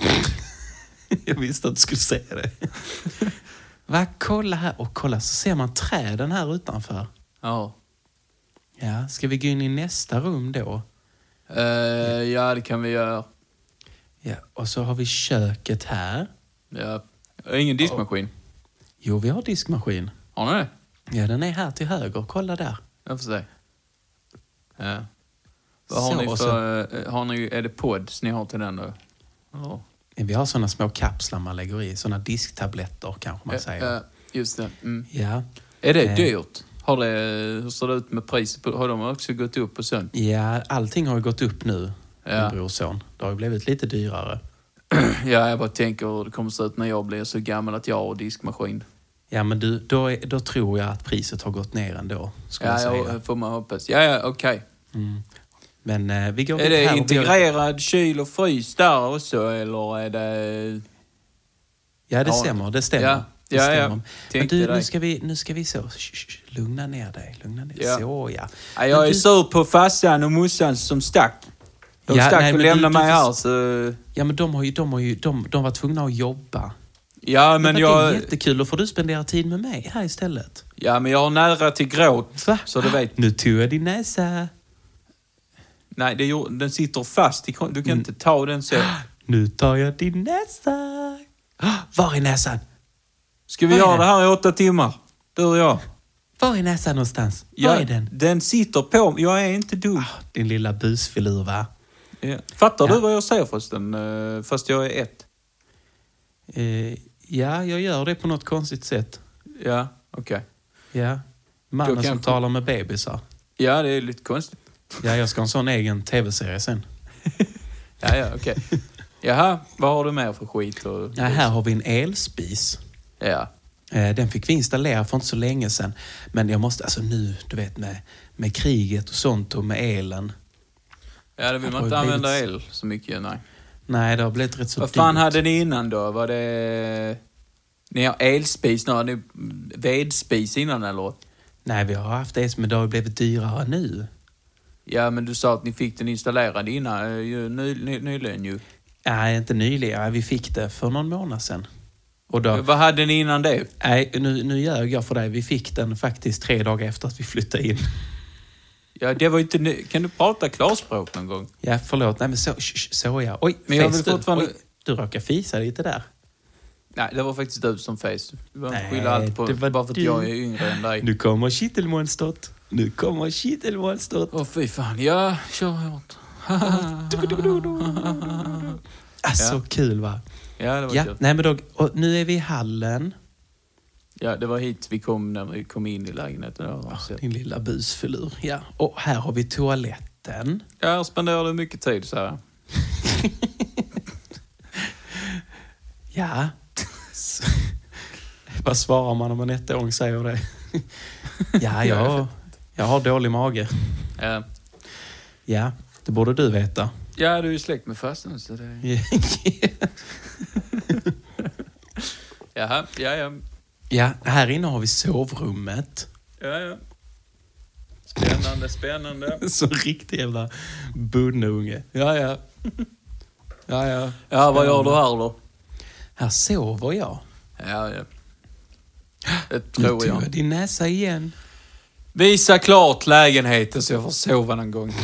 Jag visste att du skulle säga det. Va, kolla här. Och kolla, så ser man träden här utanför. Ja. Ja, ska vi gå in i nästa rum då? Uh, ja, det kan vi göra. Ja, och så har vi köket här. Ja. Ingen diskmaskin. Jo, vi har diskmaskin. Har ni det? Ja, den är här till höger. Kolla där. Jag får se. Ja. Vad har Så, ni och för... Så... Har ni, är det pods ni har till den då? Ja. Vi har såna små kapslar man lägger i. Såna disktabletter kanske man ja, säger. Ja, just det. Mm. Ja. Är det Eh. dyrt? Har det, hur ser det ut med priset? Har de också gått upp och sånt? Ja, allting har ju gått upp nu. Ja. Min brorson. Det har ju blivit lite dyrare. Ja, jag bara tänker hur det kommer se ut när jag blir så gammal att jag har diskmaskin. Ja, men du, då, är, då tror jag att priset har gått ner ändå. Skulle Ja, jag säga. jag får man hoppas. Ja, ja, okej. Okay. Mm. Men eh, vi går Är det här integrerad kyl och frys där också, eller är det... Ja, det Ja. stämmer. Det stämmer. Ja, det ja, stämmer. ja. Men Tänkte du, dig. nu ska vi, nu ska vi så... Sh, sh, lugna ner dig. Lugna ner. Ja. Så, ja. Ja, jag Men är du- sur på farsan och morsan som stack. De Ja, stack nej, och men du- lämnade du- mig här, så... Ja, men de har ju... De, har ju de, de var tvungna att jobba. Ja, men Men det är jag... jättekul. Då får du spendera tid med mig här istället. Ja, men jag har nära till gråt. Va? Så du vet. Nu tog jag din näsa. Nej, det gjorde, den sitter fast. i kon- Du kan Mm. inte ta den så. Nu tar jag din näsa. Var är näsan? Ska vi Vad är göra det? det här i åtta timmar? Du och jag. Var är näsan någonstans? Var Ja, är den? Den sitter på. Jag är inte dum. Din lilla busfilur, va? Ja. Fattar Ja. du vad jag säger förresten? Eh, Fast jag är ett. Eh, ja, jag gör det på något konstigt sätt. Ja, okej. Ja. Mannen Då som kanske- talar med bebisar. Ja, det är lite konstigt. Ja, jag ska ha en sån egen tv-serie sen. Ja, ja, okej. Jaha, vad har du mer för skit? Och... Ja, här har vi en elspis. Ja. Eh, Den fick vi installera för inte så länge sedan. Men jag måste, alltså nu, du vet med, med kriget och sånt och med elen. Ja, det vill Det man har inte ju använda blivit- el så mycket, nej. Nej, det har blivit rätt så Vad fan dyrt. hade ni innan då? Var det... Ni har elspis nu, har ni vedspis innan eller? Nej, vi har haft det, men det har blivit dyrare nu. Ja, men du sa att ni fick den installerad innan, eh, ju, ny, ny, nyligen ju. Nej, inte nyligen. Vi fick det för någon månad sedan. Och då, Vad hade ni innan det? nej, nu, nu ljög jag för dig. Vi fick den faktiskt tre dagar efter att vi flyttade in. Ja, det var ju inte ny... Kan du prata klarspråk någon gång? Ja, förlåt. Nej, men så, sh, så ja. Oj, Men jag fes vill du. fortfarande- Oj, du råkar fisa lite där. Nej, det var faktiskt du som face. Du behöver inte Nej, skylla allt på det var bara för att du. jag är yngre än dig. Nu kommer kittelmonstret. Nu kommer kittelmonstret. Åh, fy fan. Ja, kör hårt. Alltså, Ja. kul va? Ja, det var Ja, kul. nej men då, och nu är vi i hallen. Ja, det var hit vi kom när vi kom in i lägenheten. Ja, Oh, din lilla busfilur. Ja, och här har vi toaletten. ja, här spenderar du mycket tid så här. Ja. Så- Vad svarar man om en ettåring säger det? Ja, jag, jag har dålig mage. Ja. Ja, det borde du veta. Ja, du är ju släkt med farsan så det... Jaha, ja, ja. Ja, här inne har vi sovrummet. Ja, ja. Spännande, spännande. Så riktig jävla bunnunge. Ja, ja. Ja, ja. Ja, vad gör du här då? Här sover jag. Ja, ja. Det Nu tror tog jag. jag din näsa igen. Visa klart lägenheten så jag får sova någon gång.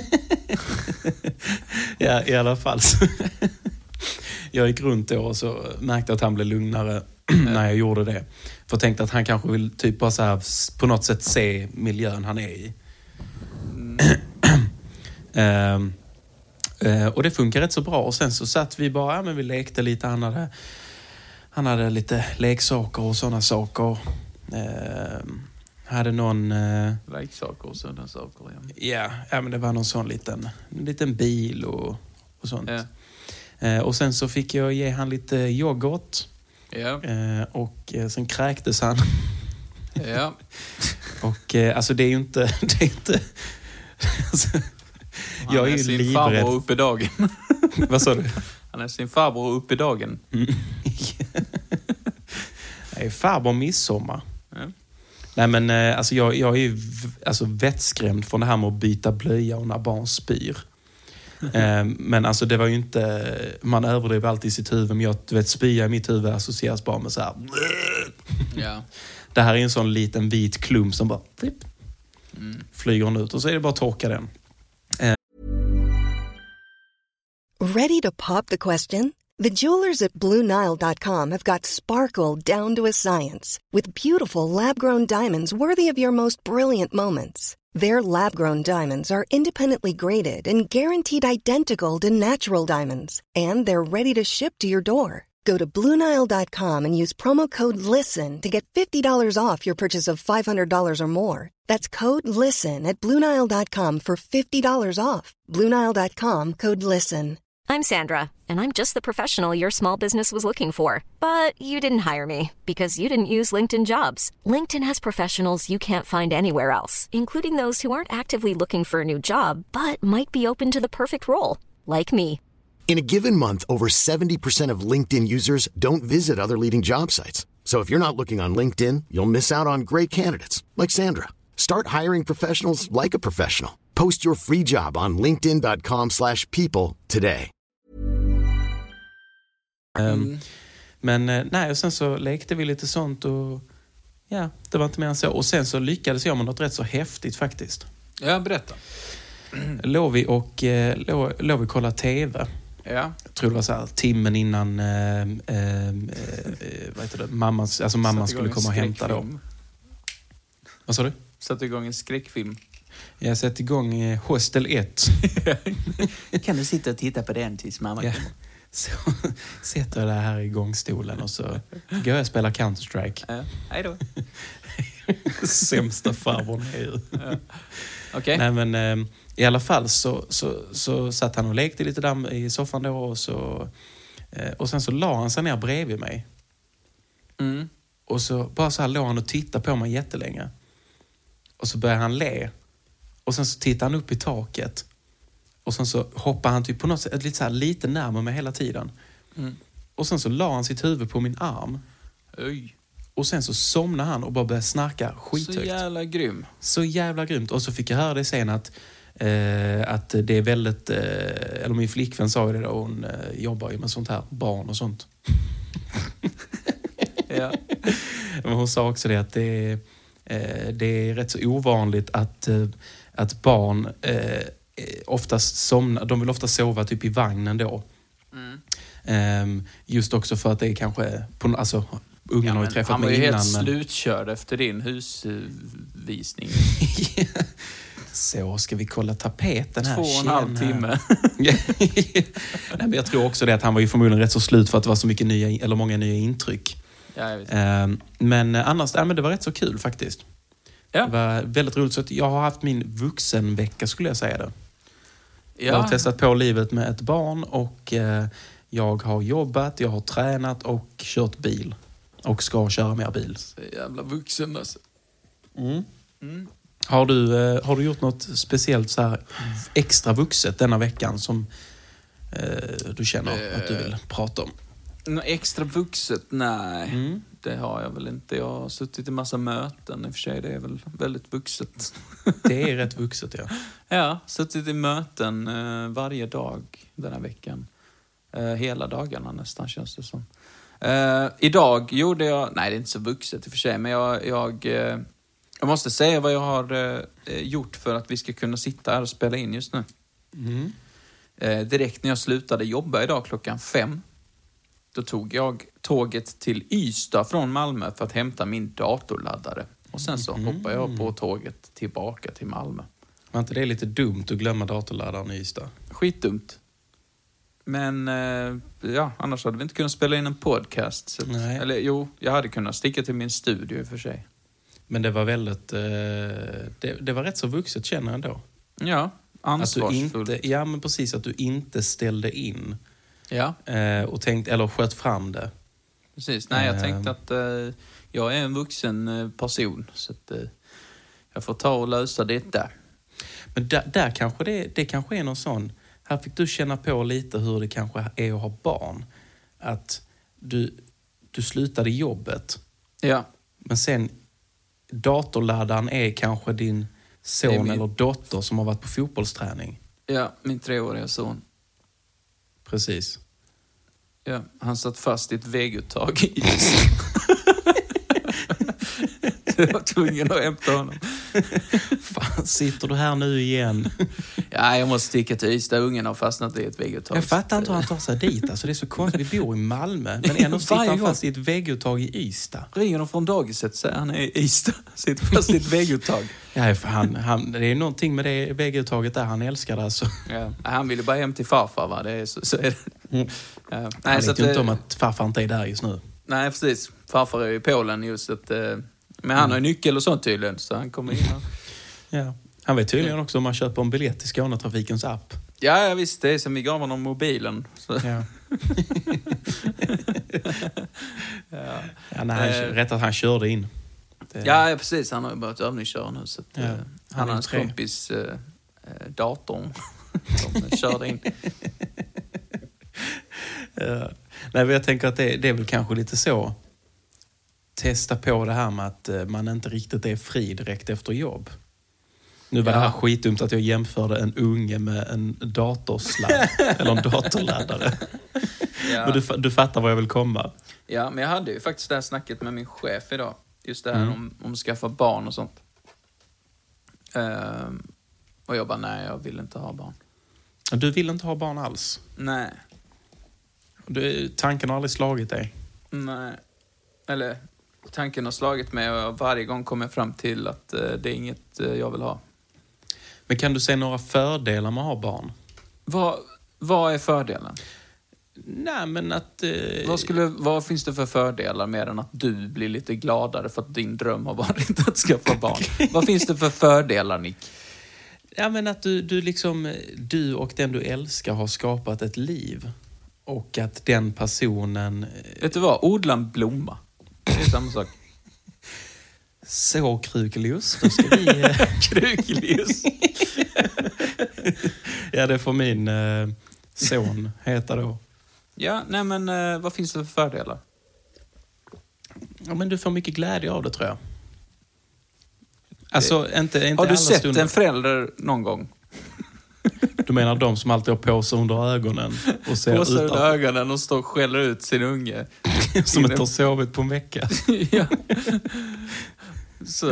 Ja, i alla fall. Så jag gick runt då och så märkte att han blev lugnare när jag gjorde det. För jag tänkte att han kanske vill typ bara så här, på något sätt se miljön han är i. Mm. uh, och det funkar rätt så bra. Och sen så satt vi bara, ja, men vi lekte lite. Han hade, han hade lite leksaker och sådana saker. Uh, hade någon... Uh, Leksaker och sådana saker. Ja. Ja, ja, men det var någon sån liten, en liten bil och, och sånt. Ja. Eh, och sen så fick jag ge han lite yoghurt. Ja. Eh, och eh, sen kräktes han. Ja. Och eh, alltså det är ju inte... Det är inte alltså, Han jag är, är ju sin livrädd. farbror upp i dagen. Vad sa du? Han är sin farbror upp i dagen. Mm. Nej, farbror midsommar. Ja. Nej men eh, alltså jag, jag är ju v- alltså vettskrämd från det här med att byta blöja och när barn spyr. eh, men alltså det var ju inte... Man överdriver alltid i sitt huvud, men jag du vet, spya i mitt huvud associeras bara med så här. Ja. Det här är en sån liten vit klump som bara flipp, Mm. flyger ut och så är det bara att torka den. Ready to pop the question? The jewelers at Blue Nile dot com have got sparkle down to a science with beautiful lab-grown diamonds worthy of your most brilliant moments. Their lab-grown diamonds are independently graded and guaranteed identical to natural diamonds, and they're ready to ship to your door. Go to Blue Nile dot com and use promo code LISTEN to get fifty dollars off your purchase of five hundred dollars or more. That's code LISTEN at Blue Nile dot com for fifty dollars off. Blue Nile dot com, code LISTEN. I'm Sandra, and I'm just the professional your small business was looking for. But you didn't hire me because you didn't use LinkedIn Jobs. LinkedIn has professionals you can't find anywhere else, including those who aren't actively looking for a new job, but might be open to the perfect role, like me. In a given month, over seventy percent of LinkedIn users don't visit other leading job sites. So if you're not looking on LinkedIn, you'll miss out on great candidates like Sandra. Start hiring professionals like a professional. Post your free job on linkedin dot com slash people today. Um, men eh, nej, och sen så lekte vi lite sånt och ja, det var inte mer än så. Och sen så lyckades jag med något rätt så häftigt faktiskt. Ja, berätta. Låg vi och eh, låg, låg vi kolla tv. Ja. Jag tror det var så här timmen innan eh, eh, eh, vad heter det? Mammas, alltså mamman skulle komma och hämta då. Vad sa du? Satt igång en skräckfilm. Jag satte igång eh, Hostel ett. Kan du sitta och titta på den tills mamma Ja. kommer? Så sätter jag det här i gångstolen och så går jag och spelar Counter-Strike. Ja. Hej då. Sämsta farbrorn är ju. Ja. Okej. Nej men eh, i alla fall så, så, så satt han och lekte lite där i soffan då och så eh, och sen så la han sig ner bredvid mig. Mm. Och så bara så här låg han och tittade på mig jättelänge. Och så började han le. Och sen så tittade han upp i taket. Och sen så hoppade han typ på något sätt lite, så här, lite närmare mig hela tiden. Mm. Och sen så la han sitt huvud på min arm. Oj. Och sen så somnade han och bara började snarka skithögt. Så jävla grym. Så jävla grymt. Och så fick jag höra det sen att, eh, att det är väldigt... Eh, eller min flickvän sa ju det då. Hon eh, jobbar ju med sånt här. Barn och sånt. Ja. Men hon sa också det att det är, eh, det är rätt så ovanligt att, eh, att barn eh, oftast somnar. De vill ofta sova typ i vagnen då. Mm. Eh, just också för att det är kanske... På, alltså, ungen Ja, har ju träffat han var mig ju innan. helt Men... slutkörd efter din husvisning. Så ska vi kolla tapeten här. Två och en halv timme. Nej, men jag tror också det att han var ju förmodligen rätt så slut för att det var så mycket nya, eller många nya intryck. Ja, jag vet. Um, men annars, ja, men det var rätt så kul faktiskt. Ja. Det var väldigt roligt. Så att jag har haft min vuxenvecka skulle jag säga det. Ja. Jag har testat på livet med ett barn och uh, jag har jobbat, jag har tränat och kört bil. Och ska köra mer bil. Så jävla vuxen alltså. Mm. Mm. Har du, uh, har du gjort något speciellt så här extra vuxet denna veckan som uh, du känner uh. att du vill prata om? Något extra vuxet? Nej, Mm. det har jag väl inte. Jag har suttit i massa möten. I och för sig, det är väl väldigt vuxet. Det är rätt vuxet, ja. Ja, suttit i möten eh, varje dag den här veckan. Eh, hela dagarna nästan, känns det som. Eh, idag gjorde jag... Nej, det är inte så vuxet i och för sig. Men jag, jag, eh, jag måste säga vad jag har eh, gjort för att vi ska kunna sitta här och spela in just nu. Mm. Eh, direkt när jag slutade jobba idag klockan fem. Då tog jag tåget till Ystad från Malmö för att hämta min datorladdare. Och sen så Mm. hoppade jag på tåget tillbaka till Malmö. Var inte det lite dumt att glömma datorladdaren i Ystad? Skitdumt. Men eh, ja, annars hade vi inte kunnat spela in en podcast. Så att, Nej. eller jo, jag hade kunnat sticka till min studio i och för sig. Men det var väldigt... Eh, det, det var rätt så vuxet, känner jag ändå. Ja, Att du ansvarsfullt. inte, ja, men precis. Att du inte ställde in Ja, eh, och tänkte, eller sköt fram det. precis. Nej, jag Eh. tänkte att eh, Jag är en vuxen eh, person, så att, eh, jag får ta och lösa detta. Men där, där kanske det, det kanske är någon sån... Här fick du känna på lite hur det kanske är att ha barn. Att du, du slutade jobbet. Ja. Men sen datorladdaren är kanske din son min... eller dotter som har varit på fotbollsträning. Ja, min treåriga son. Precis. Ja, han satt fast i ett vägguttag i is. Jag var tvungen att hämta honom. Fan, sitter du här nu igen? Ja, jag måste sticka till Ystad. Ungen har fastnat i ett vägguttag. Jag fattar inte hur han tar sig dit. Alltså, det är så konstigt. Vi bor i Malmö. Men ändå sitter han fast i ett vägguttag i Ystad. Ringer de från dagiset så han är i Ystad. Sitter fast i ett vägguttag. Ja, för han, han, det är någonting med det vägguttaget där han älskar det. Alltså. Ja, han ville bara hem till farfar, va? Det är så, så är det. Mm. Ja. Han Nej, vet så att, ju inte om att farfar inte är där just nu. Nej, precis. Farfar är i Polen just att... Men han har ju nyckel och sånt tydligen, så han kommer in och... Ja. Han vet tydligen också om man köper en biljett till Skånetrafikens app. Ja, ja visst. Det är som vi gav honom mobilen. Så. Ja. ja. Ja, nej, han, eh. rätt att han körde in. Det... Ja, ja, precis. Han har ju börjat övningsköra nu. Så att, ja. han, han och hans tre. kompis eh, datorn som körde in. ja. Nej, men jag tänker att det, det är väl kanske lite så. Testa på det här med att man inte riktigt är fri direkt efter jobb. Nu var ja. det här skitdumt att jag jämförde en unge med en datorsladd eller en datorladdare. Ja. Men du, du fattar vad jag vill komma. Ja, men jag hade ju faktiskt det här snacket med min chef idag. Just det här mm. om, om att skaffa barn och sånt. Ehm, och jag bara, nej, jag vill inte ha barn. Du vill inte ha barn alls? Nej. Du, tanken har aldrig slagit dig? Nej. Eller... Tanken har slagit mig och varje gång kommer jag fram till att eh, det är inget eh, jag vill ha. Men kan du se några fördelar med att ha barn? Vad, vad är fördelen? Nej, men att... Eh... Vad, skulle, vad finns det för fördelar mer än att du blir lite gladare för att din dröm har varit att skaffa barn? Vad finns det för fördelar, Nick? Ja, men att du, du liksom... Du och den du älskar har skapat ett liv. Och att den personen... Vet du vad? Odla en blomma. Det är samma sak. Så krukelius. Då ska vi... krukelius. ja, det får min eh, son heta då. Ja, nej men eh, vad finns det för fördelar? Ja, men du får mycket glädje av det, tror jag. Alltså, det... inte, inte har du sett stunder. en förälder någon gång? Du menar de som alltid har påsar under ögonen och ser påsar utan... under ögonen och står och skäller ut sin unge. som inte har sovit på en vecka. ja. Så.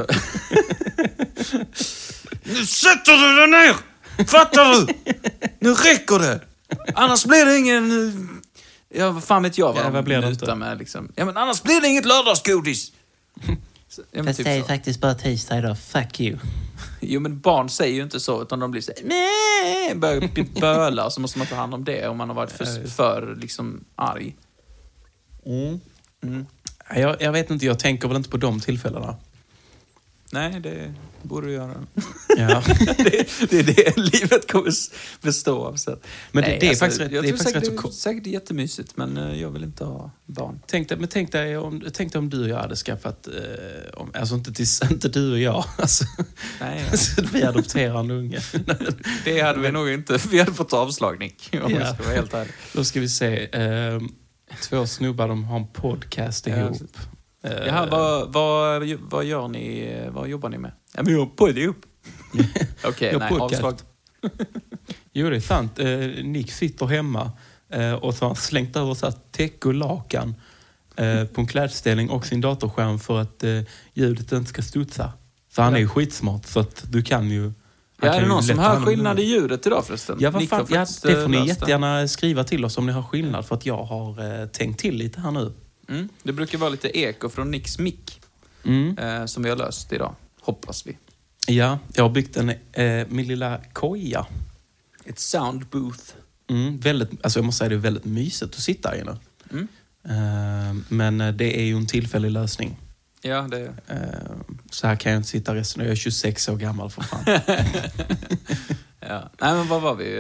Nu sätter du dig ner! Fattar du? Nu räcker det! Annars blir det ingen... Ja, vad fan vet jag vad, ja, vad blir det inte? Med, liksom. Ja, men annars blir det inget lördagsgodis! Så, ja, Fast typ det är så. Faktiskt bara tisdag idag. Fuck you. Jo, men barn säger ju inte så, utan de blir så här, börjar böla, så måste man ta hand om det om man har varit för, för liksom arg. Mm. Mm. Jag, jag vet inte, jag tänker väl inte på de tillfällena. Nej, det borde du göra. Ja. det, det är det livet kommer bestå av. Så. Men Nej, det, det är alltså, faktiskt rätt, jag det är tror faktiskt säkert, rätt det är säkert jättemysigt, men jag vill inte ha barn. Tänk dig, men tänk dig om, tänk dig om du och jag hade skaffat, eh, om, alltså inte, till, inte du och jag, alltså, Nej, ja. alltså, vi adopterar en unge. Det hade vi nog inte, vi hade fått avslag, Nick, om ja. jag ska vara helt ärlig. Då ska vi se, eh, två snubbar, de har en podcast ihop. Ja, Jaha, vad, vad, vad gör ni, vad jobbar ni med? Ja, men jag har podd ihop. Okej, nej, avslag. Jo, det är sant. Eh, Nick sitter hemma eh, och så har han slängt över så här täck och lakan eh, på en klädställning och sin datorskärm för att eh, ljudet inte ska studsa. Så han är ju skitsmart, så att du kan ju... Ja, är det någon som hör skillnad i ljudet idag förresten? Ja, vad fan, ja, det får ni jättegärna skriva till oss om ni har skillnad, för att jag har eh, tänkt till lite här nu. Mm. Det brukar vara lite eko från Nicks mick mm. eh, som vi har löst idag, hoppas vi. Ja, jag har byggt en, eh, min lilla koja. Ett sound booth. Mm, väldigt, alltså jag måste säga det är väldigt mysigt att sitta inne. Mm. Uh, men det är ju en tillfällig lösning. Ja, det är. Uh, så här kan jag inte sitta resten. Jag är tjugosex år gammal för fan. ja. Nej, men vad var vi?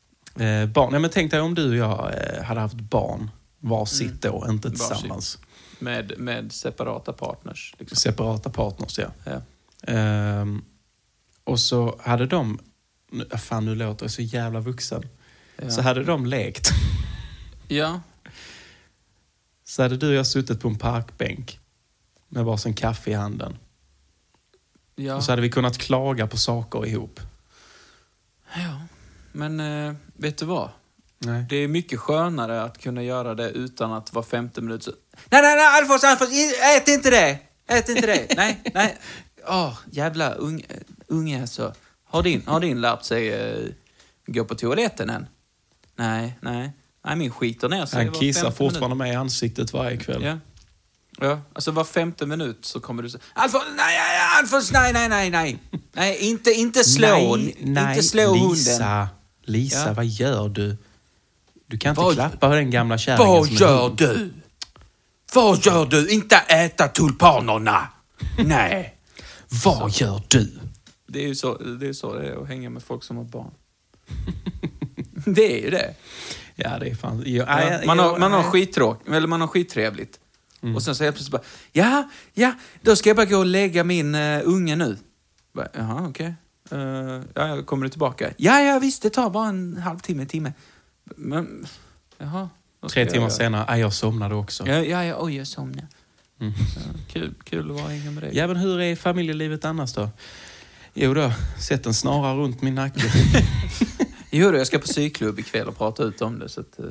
Uh, barn. Nej, men tänk dig om du och jag uh, hade haft barn var sitt då, mm. inte tillsammans. Med, med separata partners. Liksom. Separata partners, ja. Ja. Ehm, och så hade de... Nu, fan, nu låter jag så jävla vuxen. Ja. Så hade de lekt. Ja. Så hade du och jag suttit på en parkbänk med varsin kaffe i handen. Ja. Och så hade vi kunnat klaga på saker ihop. Ja. Men äh, vet du vad? Nej. Det är mycket skönare att kunna göra det utan att vara femte minut så... Nej, nej, nej, Alfons, Alfons, ät inte det! Ät inte det! Nej, nej. Åh, oh, jävla unge, unge alltså. Har din, har din lärt sig uh, gå på toaletten än? Nej, nej. Nej, min skiter ner sig. Han kissar fortfarande minut. med i ansiktet varje kväll. Ja. Ja, alltså var femte minut så kommer du säga Alfons, nej, Alfons, nej, nej, nej, nej. Nej, inte, inte slå, nej, nej, inte slå Lisa, hunden. Lisa, Ja. vad gör du? Du kan inte Vad- klappa på den gamla kärringen Vad som en gör hund. du? Vad gör du? Inte äta tulpanerna. Nej. Vad gör du? Det är ju så det är, så det är att hänga med folk som har barn. Det är ju det. Ja, det är fan... Jo, Ja, aj, man, jo, har, man, har aj. skittråk, eller man har skittrevligt. Och sen så helt plötsligt bara, ja, ja, då ska jag bara gå och lägga min uh, unge nu. Bara, jaha, okej. Okay. Uh, ja, kommer du tillbaka? Ja, ja, visst, det tar bara en halvtimme, timme. Men, jaha. vad ska Tre jag timmar göra? senare, aj, jag somnade också. Ja, ja, ja, oj, jag somnade. Mm. Ja, kul, kul att vara hänga med dig. Ja, men hur är familjelivet annars då? Jo då, sätt en snara runt min nacke. Jo då, jag ska på syklubb ikväll och prata ut om det. Så att, uh,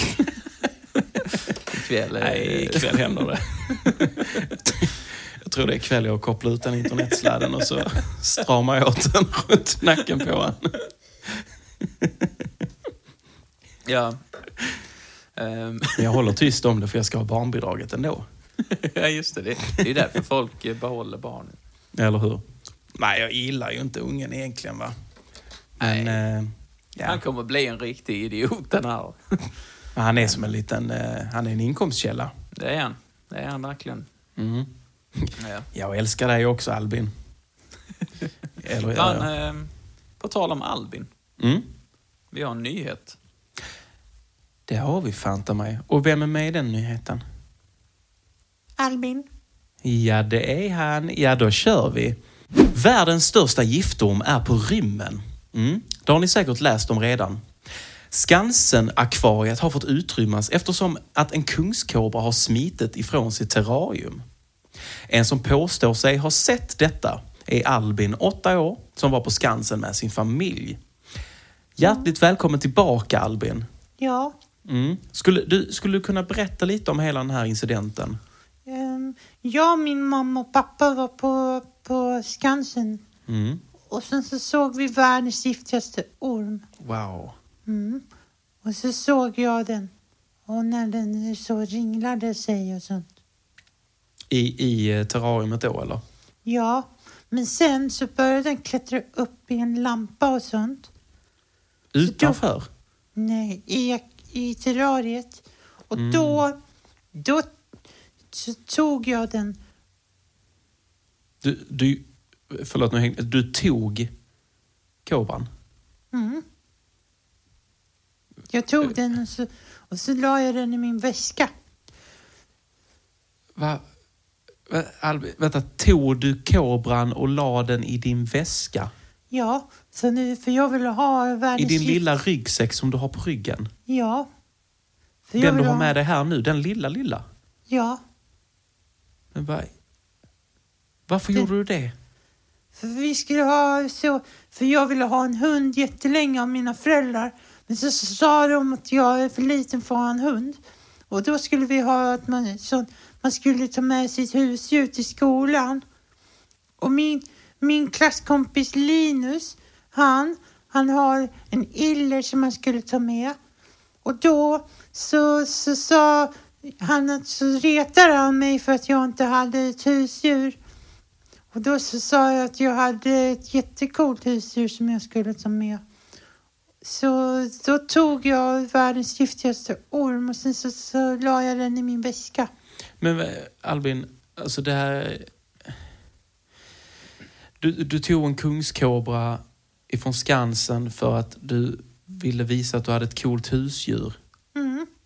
ikväll, uh, Nej, ikväll händer det. Jag tror det är ikväll jag kopplar ut den internetsladden och så stramar jag åt den runt nacken på honom. Ja. Um, Men jag håller tyst om det för jag ska ha barnbidraget ändå. ja, just det. det. Det är därför folk eh, behåller barn. Eller hur? Nej, jag gillar ju inte ungen egentligen, va? Men, eh, ja. Han kommer bli en riktig idiot den här. Men han är som en liten... Eh, han är en inkomstkälla. Det är han. Det är han verkligen. Mm. Ja. Jag älskar dig också, Albin. Eller, Fan, ja, ja. eh, på tal om Albin. Mm. Vi har en nyhet. Det har vi fan ta mig. Och vem är med i den nyheten? Albin. Ja, det är han. Ja, då kör vi. Världens största giftorm är på rymmen. Mm. Det har ni säkert läst om redan. Skansen-akvariet har fått utrymmas eftersom att en kungskobra har smitit ifrån sitt terrarium. En som påstår sig ha sett detta är Albin, åtta år, som var på Skansen med sin familj. Hjärtligt välkommen tillbaka, Albin. Ja. Mm. Skulle, du, skulle du kunna berätta lite om hela den här incidenten? Um, jag, min mamma och pappa var på, på Skansen. Mm. Och sen så såg vi världens giftigaste orm. Wow. Mm. Och så såg jag den. Och när den så ringlade sig och sånt. I, i terrariumet då, eller? Ja, men sen så började den klättra upp i en lampa och sånt. Utanför? Nej, i, i terrariet. Och Mm. då, då så tog jag den. Du, du, förlåt, nu hängde, du tog kobran? Mm. Jag tog den och så, och så la jag den i min väska. Va? Va Albin, vänta, tog du kobran och la den i din väska? Ja, så nu, för jag ville ha I världens din gift- lilla ryggsäck som du har på ryggen? Ja. För jag Den du ville har ha- med dig här nu, den lilla, lilla? Ja, Men va, varför Det- gjorde du det? för vi skulle ha så... För jag ville ha en hund jättelänge av mina föräldrar. Men så, så sa de att jag är för liten för att ha en hund. Och då skulle vi ha att man, så, man skulle ta med sitt husdjur till skolan. Och min, min klasskompis Linus, han, han har en iller som man skulle ta med. Och då så, så sa han att så retade han mig för att jag inte hade ett husdjur. Och då så sa jag att jag hade ett jättecoolt husdjur som jag skulle ta med. Så då tog jag världens giftigaste orm och sen så, så la jag den i min väska. Men va, Albin, alltså det här... Du, du tog en kungskobra ifrån Skansen för att du ville visa att du hade ett coolt husdjur. Mm.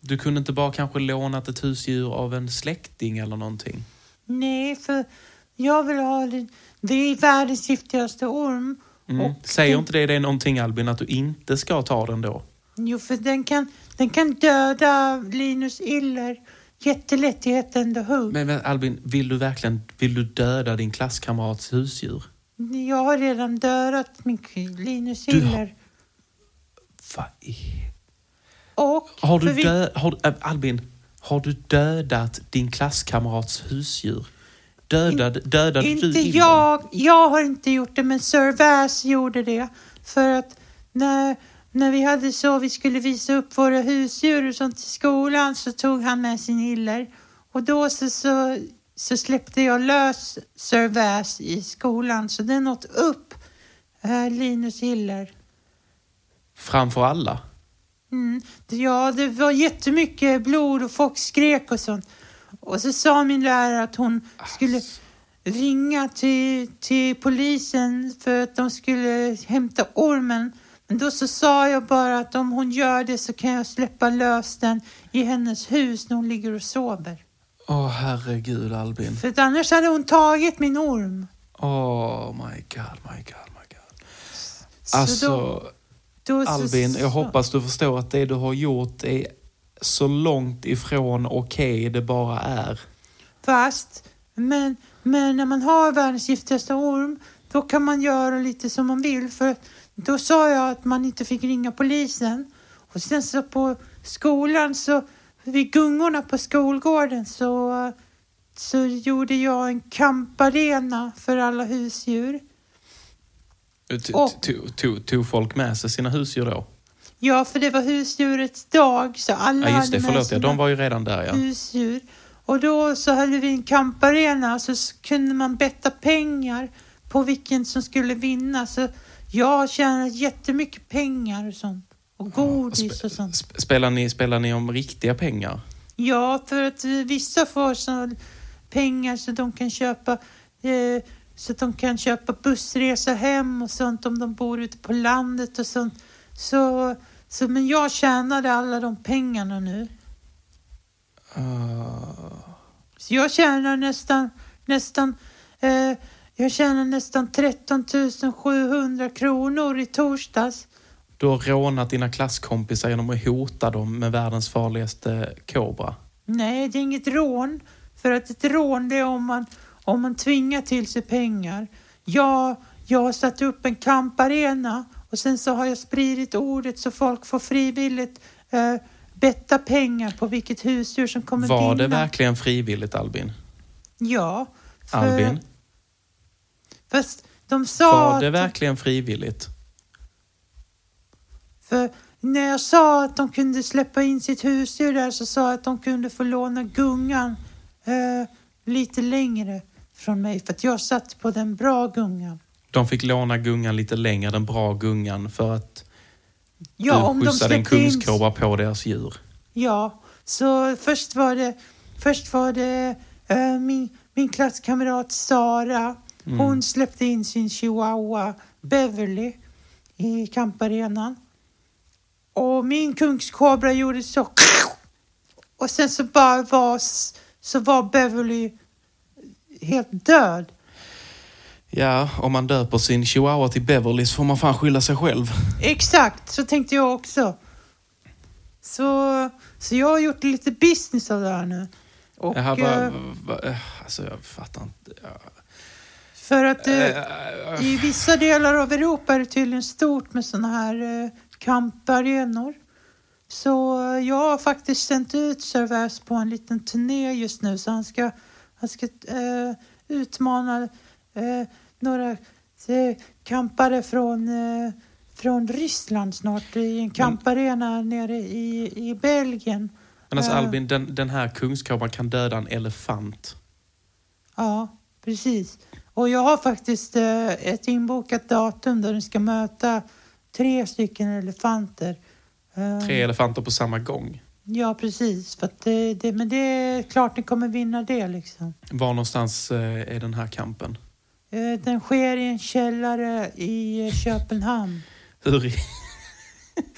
Du kunde inte bara kanske lånat ett husdjur av en släkting eller någonting? Nej, för jag vill ha det. Det är världens giftigaste orm. Mm. Säger den... inte det, det är någonting, Albin, att du inte ska ta den då? Jo, för den kan, den kan döda Linus Iller jättelätt i ett enda hugg. Men, men Albin, vill du verkligen vill du döda din klasskamrats husdjur? Jag har redan dödat min Linus Du Iller. har... Vad i... Och har du vi... dö... har... Äh, Albin, har du dödat din klasskamrats husdjur? Dödad, In... dödade inte du jag. Jag har inte gjort det, men Sir Vass gjorde det. För att när, när vi hade så, vi skulle visa upp våra husdjur och sånt i skolan, så tog han med sin Iller. Och då så, så, så släppte jag lös Sir Vass i skolan. Så den åt upp äh, Linus Iller. Framför alla? Mm. Ja, det var jättemycket blod och folk skrek och sånt. Och så sa min lärare att hon skulle ringa till, till polisen för att de skulle hämta ormen. Men då så sa jag bara att om hon gör det så kan jag släppa lös den i hennes hus när hon ligger och sover. Åh, oh, herregud, Albin. För att annars hade hon tagit min orm. Oh my god, my god, my god. Så alltså, då, då Albin, så, jag hoppas du förstår att det du har gjort är så långt ifrån okej okay det bara är. Fast, men, men när man har världens giftigaste orm, då kan man göra lite som man vill. För då sa jag att man inte fick ringa polisen. Och sen så på skolan, så vid gungorna på skolgården, så, så gjorde jag en kamparena för alla husdjur. Tog folk med sig sina husdjur då? Ja, för det var husdjurets dag, så alla ja, just det, hade med förlåt, ja, de var ju redan där, ja. husdjur. Och då så hade vi en kamparena, så kunde man betta pengar på vilken som skulle vinna. Så jag tjänade jättemycket pengar och sånt. Och godis ja, och, spe- och sånt. Spelar ni, spelar ni om riktiga pengar? Ja, för att vissa får så pengar så de kan köpa... Eh, så att de kan köpa bussresa hem och sånt om de bor ute på landet och sånt. Så, så men jag tjänade alla de pengarna nu. Uh... Så jag tjänar nästan nästan eh, jag tjänar nästan tretton tusen sjuhundra kronor i torsdags. Du har rånat dina klasskompisar genom att hota dem med världens farligaste kobra. Nej, det är inget rån. För att ett rån, det är om man om man tvingar till sig pengar. Jag jag har satt upp en kamparena. Och sen så har jag spridit ordet så folk får frivilligt eh, betta pengar på vilket husdjur som kommer vinna. Var det verkligen frivilligt, Albin? Ja. För, Albin? Fast de sa... Var det verkligen frivilligt? För när jag sa att de kunde släppa in sitt husdjur där, så sa jag att de kunde få låna gungan eh, lite längre från mig. För att jag satt på den bra gungan. De fick låna gungan lite längre, den bra gungan, för att ja, du om skjutsade de en kungskobra in... på deras djur. Ja, så först var det först var det äh, min, min klasskamrat Sara. Mm. Hon släppte in sin chihuahua Beverly i kamparenan. Och min kungskobra gjorde så. Och sen så bara var, så var Beverly helt död. Ja, om man döper sin chihuahua till Beverly så får man fan skylla sig själv. Exakt, så tänkte jag också. Så, så jag har gjort lite business av det här nu. Och, Jaha, va, va, alltså jag fattar inte. Ja. För att äh, äh, i vissa delar av Europa är det tydligen stort med såna här äh, kamparenor. Så äh, jag har faktiskt sänt ut Sir Vass på en liten turné just nu. Så han ska, han ska äh, utmana äh, några äh, kampare från... Äh, från Ryssland snart i en kamparena men, nere i, i Belgien. Men alltså Albin, den, den här kungskobran kan döda en elefant. Ja, precis. Och jag har faktiskt eh, ett inbokat datum där den ska möta tre stycken elefanter. Um, tre elefanter på samma gång? Ja, precis. För att det, det, men det är klart den kommer vinna det liksom. Var någonstans eh, är den här kampen? Eh, den sker i en källare i eh, Köpenhamn. Hur i,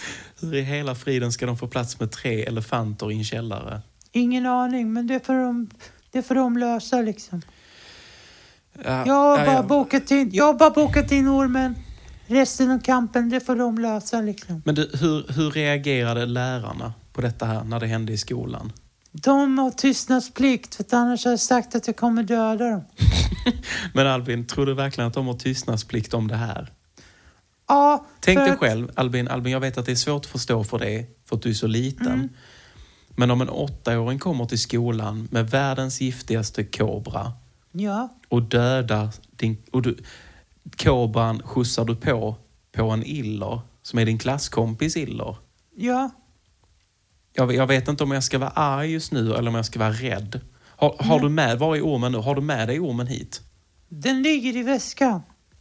Hur i hela friden ska de få plats med tre elefanter i en källare? Ingen aning, men det får de, det får de lösa liksom. Ja, jag, har ja, bara ja. bokat in, jag har bara bokat in ormen. Resten av kampen, det får de lösa liksom. Men du, hur, hur reagerade lärarna på detta här när det hände i skolan? De har tystnadsplikt, för att annars har jag sagt att jag kommer döda dem. Men Albin, tror du verkligen att de har tystnadsplikt om det här? Ja. Tänk dig att... själv, Albin, Albin, jag vet att det är svårt att förstå för dig, för att du är så liten. Mm. Men om en åttaåring kommer till skolan med världens giftigaste kobra Ja. och dödar din... Och du, kobran skjutsar du på på en iller som är din klasskompis iller. Ja. Jag, jag vet inte om jag ska vara arg just nu eller om jag ska vara rädd. Har, har du med, var är ormen nu? Har du med dig ormen hit? Den ligger i väskan.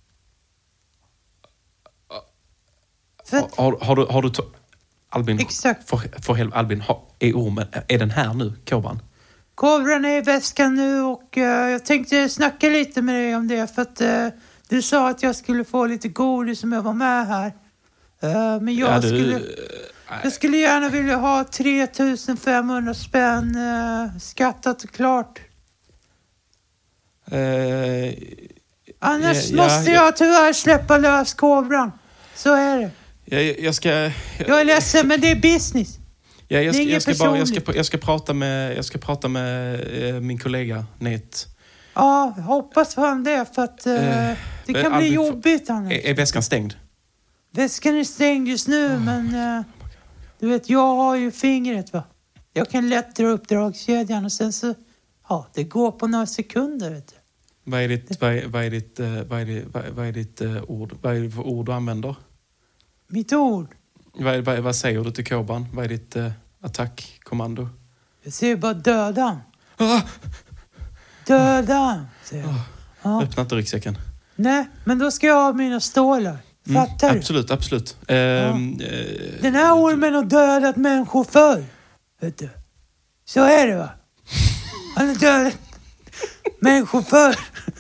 För att... Har, har du... Har du to- Albin, Exakt. För, för helvete, Albin, har, är ormen... Är den här nu, kobran? Kobran är i väskan nu och uh, jag tänkte snacka lite med dig om det för att uh, du sa att jag skulle få lite godis som jag var med här. Uh, men jag, Ja, du, skulle, uh, jag skulle gärna vilja ha tre tusen femhundra spänn uh, skattat och klart. Uh, Annars ja, måste ja, jag tyvärr släppa lös kobran. Så är det. Jag, jag ska... Jag, jag är ledsen, men det är business. Ja, jag, ska, jag, ska bara, jag, ska, personligt. jag ska prata med, jag ska prata med eh, min kollega Nate. Ja, jag hoppas fan det för att uh, Eh, det men kan bli Albin, jobbigt annars. Är, är väskan stängd? Väskan är stängd just nu, men uh, du vet, jag har ju fingret, va? Jag kan lätt dra upp dragkedjan och sen så, ja, det går på några sekunder, vet du. Vad är ditt, vad är, vad är ditt, eh, vad är ditt, vad är, vad är ditt uh, ord? Vad är det för ord du använder? Mitt ord? Vad, är, vad, vad säger du till kobran? Vad är ditt uh, attackkommando? Jag säger bara döda. Ah! Döda, säger jag. Ja. Öppna inte ryggsäcken. Nej, men då ska jag ha mina stålar. Fattar Mm, du? absolut, absolut. Ehm, eh, Den här ormen har dödat människor förr. Vet du. Så är det, va? Han har dödat människor förr.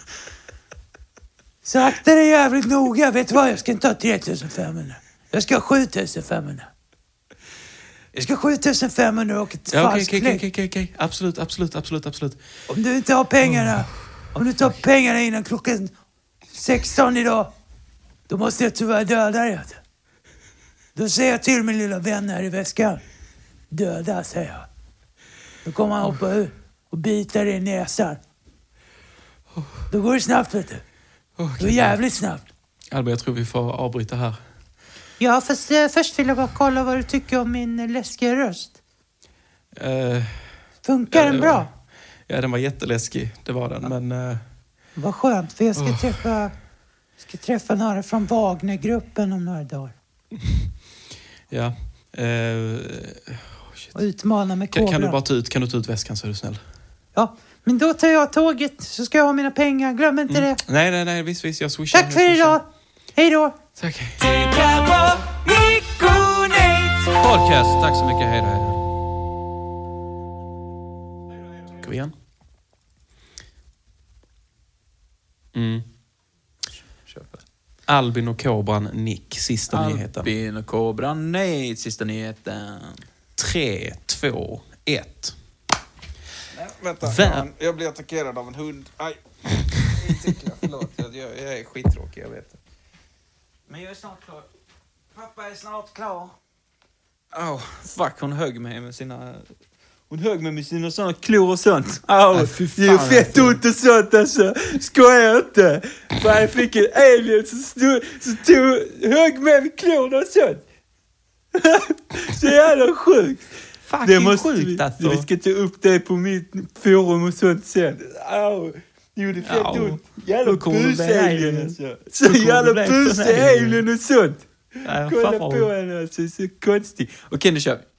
Så akta dig jävligt noga. Vet du vad? Jag ska inte ha tre tusen femhundra. Jag ska ha sju tusen femhundra. Jag ska ha sju tusen femhundra och ett Ja, okej, falskt okej, kläck. okej, okej, okej. Absolut, absolut, absolut, absolut. Om du inte har pengarna, om du inte har pengarna innan klockan sexton idag, då måste jag tyvärr döda dig. Då säger jag till min lilla vän här i väskan. Döda, säger jag. Då kommer han hoppa ut och bita dig i näsan. Då går det snabbt, vet du. Det är jävligt snabbt. Albin, jag tror vi får avbryta här. Ja, fast eh, först vill jag bara kolla vad du tycker om min eh, läskiga röst. Uh, Funkar ja, den bra? Ja, den var jätteläskig. Det var den, men... Uh, Vad skönt, för jag ska Oh. träffa... ska träffa några från Wagnergruppen om några dagar. ja. Uh, Och utmana med kan, kobran. kan du bara ta ut, kan du ta ut väskan så är du snäll? Ja, men då tar jag tåget så ska jag ha mina pengar. Glöm inte Mm. det. Nej, nej, nej. Visst, visst. Jag swishar. Tack för jag swishar. idag. Hej då. Tack. Podcast, tack så mycket. Hej då, hej då. Kom igen. Mm. Albin och kobran Nick, sista nyheten. Albin och kobran, nej, sista nyheten. Tre, två, ett. Nej, vänta, Vä- fan, jag blir attackerad av en hund. Aj. Förlåt, jag, jag, jag är skittråkig, jag vet. Men jag är snart klar. Pappa är snart klar. Åh, oh, fuck, hon högg mig med sina... Hon högg mig med sina såna klor och sånt. Åh, oh, det är fett ont och sånt alltså. Skojar inte. Fan, jag fick en alien som, stod, som tog, högg mig med klorna och sånt. Så jävla sjukt. Fucking Det måste sjukt vi, alltså. vi ska ta upp det på mitt forum och sånt sen. Åh, det gjorde fett Au. ont. Jävla Hur kommer det bli busalien alien? alltså. Hur Så kommer det jävla bli för busalien och sånt. Ja, Kolla fan vad på henne alltså, så konstigt. Okej, nu kör vi.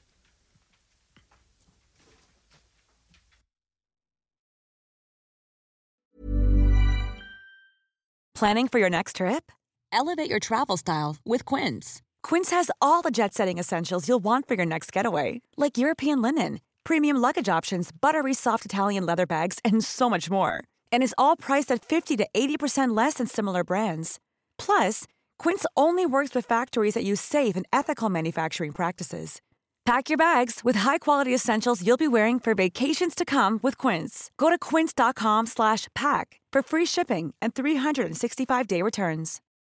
Planning for your next trip? Elevate your travel style with Quince. Quince has all the jet-setting essentials you'll want for your next getaway, like European linen, premium luggage options, buttery soft Italian leather bags, and so much more. And is all priced at fifty to eighty percent less than similar brands. Plus, Quince only works with factories that use safe and ethical manufacturing practices. Pack your bags with high-quality essentials you'll be wearing for vacations to come with Quince. Go to quince dot com slash pack for free shipping and three sixty-five day returns.